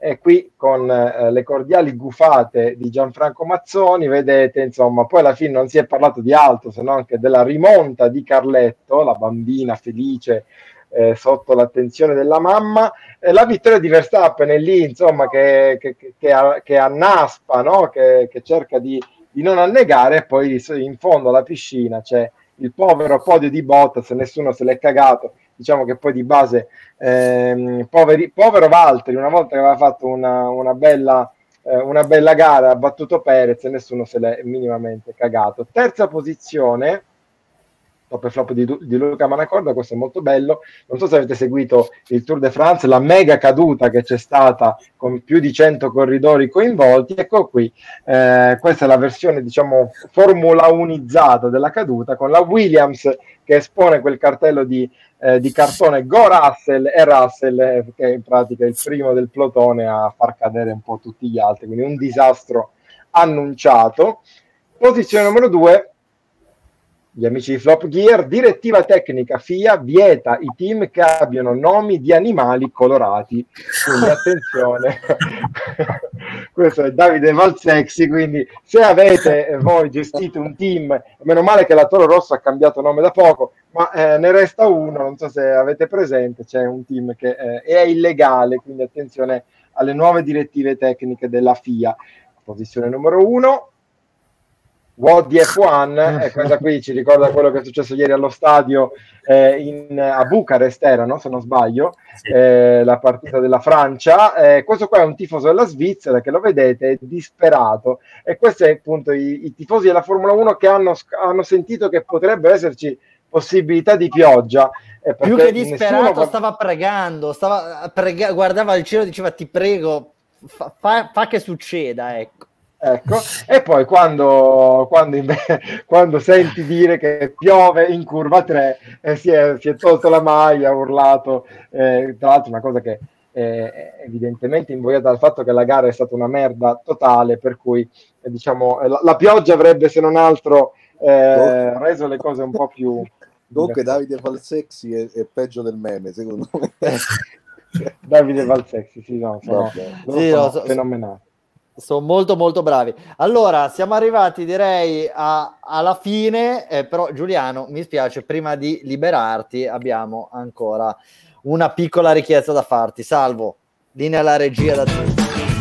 E qui con eh, le cordiali gufate di Gianfranco Mazzoni, vedete, insomma, poi alla fine non si è parlato di altro se non che della rimonta di Carletto, la bambina felice eh, sotto l'attenzione della mamma, e la vittoria di Verstappen è lì, insomma, che, che, che, che, che annaspa, no? che, che cerca di, di non annegare, e poi in fondo alla piscina c'è il povero podio di Bottas, nessuno se l'è cagato. Diciamo che poi di base ehm, poveri, povero Valtteri, una volta che aveva fatto una, una, bella, eh, una bella gara, ha battuto Perez e nessuno se l'è minimamente cagato. Terza posizione, top e flop di, di Luca Manacorda, questo è molto bello. Non so se avete seguito il Tour de France, la mega caduta che c'è stata con più di cento corridori coinvolti. Ecco qui, eh, questa è la versione, diciamo, formula unizzata della caduta, con la Williams che espone quel cartello di, eh, di cartone Go Russell, e Russell eh, che in pratica è il primo del plotone a far cadere un po' tutti gli altri, quindi un disastro annunciato. Posizione numero due, gli amici di Flop Gear, direttiva tecnica F I A vieta i team che abbiano nomi di animali colorati, quindi attenzione. Questo è Davide Valsexi, quindi se avete voi gestito un team, meno male che la Toro Rosso ha cambiato nome da poco, ma eh, ne resta uno, non so se avete presente, c'è un team che eh, è illegale, quindi attenzione alle nuove direttive tecniche della F I A. Posizione numero uno, What the F uno, e questa qui ci ricorda quello che è successo ieri allo stadio eh, in, a Bucarest, era, no? Se non sbaglio, sì. eh, la partita della Francia. Eh, questo qua è un tifoso della Svizzera che, lo vedete, è disperato, e questi sono appunto i, i tifosi della Formula uno che hanno, hanno sentito che potrebbero esserci possibilità di pioggia. Eh, più che disperato nessuno... stava pregando, stava prega... guardava il cielo e diceva ti prego fa, fa, fa che succeda, ecco. Ecco, e poi quando, quando, invece, quando senti dire che piove in curva tre, eh, si, è, si è tolto la maglia, ha urlato, eh, tra l'altro una cosa che eh, è evidentemente invogliata dal fatto che la gara è stata una merda totale, per cui eh, diciamo la, la pioggia avrebbe, se non altro, eh, reso le cose un po' più... Comunque Davide Valsexi è, è peggio del meme, secondo me. Davide Valsexi, sì, no, sono, sì, sono no, so, fenomenali. Sono molto molto bravi. Allora, siamo arrivati direi a, alla fine, eh, però Giuliano, mi spiace, prima di liberarti abbiamo ancora una piccola richiesta da farti. Salvo, linea alla regia da te.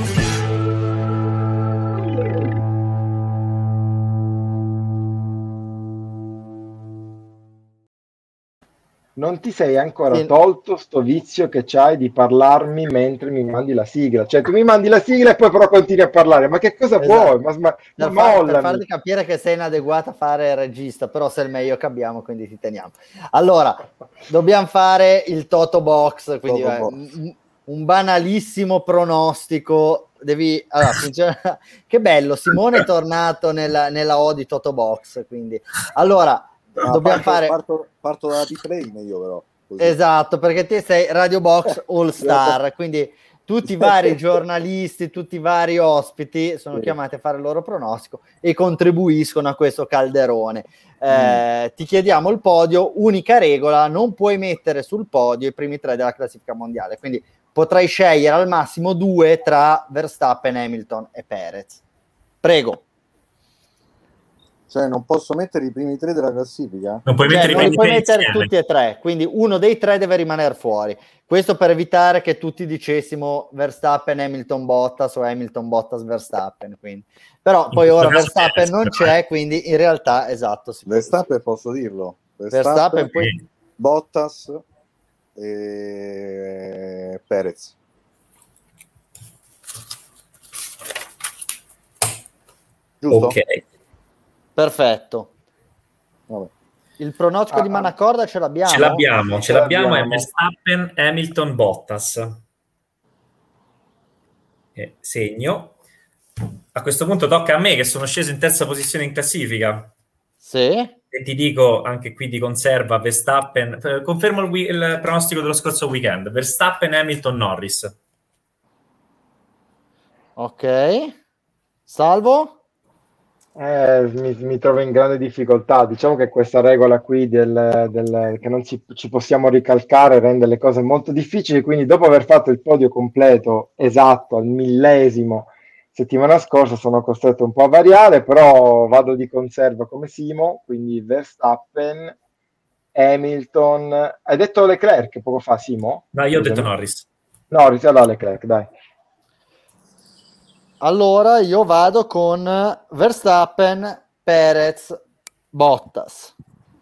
Non ti sei ancora sì. tolto sto vizio che c'hai di parlarmi mentre mi mandi la sigla. Cioè, tu mi mandi la sigla e poi però continui a parlare. Ma che cosa esatto. vuoi? Ma, ma, per, ma far, per farti capire che sei inadeguata a fare il regista, però sei il meglio che abbiamo, quindi ti teniamo. Allora, dobbiamo fare il Toto Box, quindi Toto eh, box. Un, un banalissimo pronostico. Devi... Allora, funziona... Che bello, Simone è tornato nella, nella O di Toto Box, quindi... Allora... Ah, dobbiamo parto, fare parto, parto dalla T-Plane io però così. Esatto, perché te sei Radio Box All Star, quindi tutti i vari giornalisti, tutti i vari ospiti sono sì. chiamati a fare il loro pronostico e contribuiscono a questo calderone. Eh, mm. Ti chiediamo il podio, unica regola, non puoi mettere sul podio i primi tre della classifica mondiale, quindi potrai scegliere al massimo due tra Verstappen, Hamilton e Perez. Prego. Cioè non posso mettere i primi tre della classifica? Non puoi cioè, mettere, non i li puoi mettere insieme. tutti e tre, quindi uno dei tre deve rimanere fuori. Questo per evitare che tutti dicessimo Verstappen, Hamilton, Bottas o Hamilton, Bottas, Verstappen. Quindi. Però in poi ora Verstappen non c'è, quindi in realtà esatto. Si Verstappen può... posso dirlo. Verstappen, Verstappen poi... Bottas e Perez. Giusto? Ok. Perfetto. Vabbè. Il pronostico ah, di Manacorda ce l'abbiamo? Ce l'abbiamo, ce, ce l'abbiamo, l'abbiamo. È Verstappen, Hamilton, Bottas. Eh, segno. A questo punto tocca a me che sono sceso in terza posizione in classifica. Sì. E ti dico anche qui di conserva Verstappen. Eh, confermo il, il pronostico dello scorso weekend. Verstappen, Hamilton, Norris. Ok. Salvo? Eh, mi, mi trovo in grande difficoltà. Diciamo che questa regola qui del, del- che non ci, ci possiamo ricalcare rende le cose molto difficili, quindi dopo aver fatto il podio completo esatto al millesimo settimana scorsa sono costretto un po' a variare, però vado di conserva come Simo, quindi Verstappen, Hamilton. Hai detto Leclerc poco fa, Simo? No, io ho detto Scusami. Norris. No, risale Leclerc, dai. Allora io vado con Verstappen, Perez, Bottas.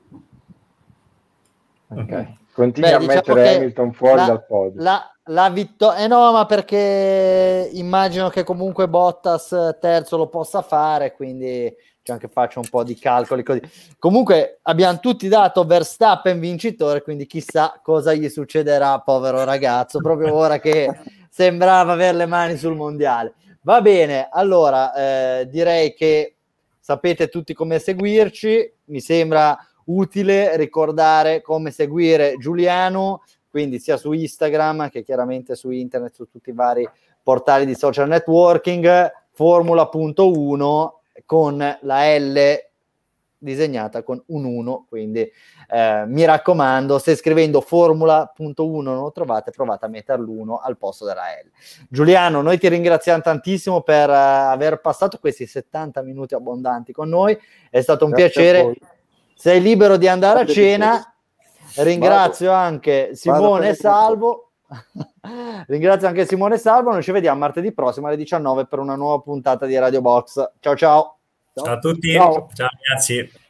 Ok. Continui Beh, a diciamo mettere che Hamilton fuori la, dal podio. la, la vittoria... Eh no, ma perché immagino che comunque Bottas terzo lo possa fare, quindi cioè, anche faccio un po' di calcoli così. Comunque abbiamo tutti dato Verstappen vincitore, quindi chissà cosa gli succederà, povero ragazzo, proprio ora che sembrava avere le mani sul mondiale. Va bene, allora eh, direi che sapete tutti come seguirci, mi sembra utile ricordare come seguire Giuliano, quindi sia su Instagram che chiaramente su internet, su tutti i vari portali di social networking, formula punto uno con la L disegnata con un uno, quindi eh, mi raccomando, se scrivendo formula punto uno non lo trovate, provate a mettere l'uno al posto della L. Giuliano, noi ti ringraziamo tantissimo per uh, aver passato questi settanta minuti abbondanti con noi, è stato un Grazie a piacere. voi. Sei libero di andare Grande a cena. Ringrazio Vado. anche Vado a Simone fare Salvo. Ringrazio anche Simone Salvo. Noi ci vediamo martedì prossimo alle diciannove per una nuova puntata di Radio Box. Ciao ciao. Ciao a tutti. Ciao. Ciao ragazzi.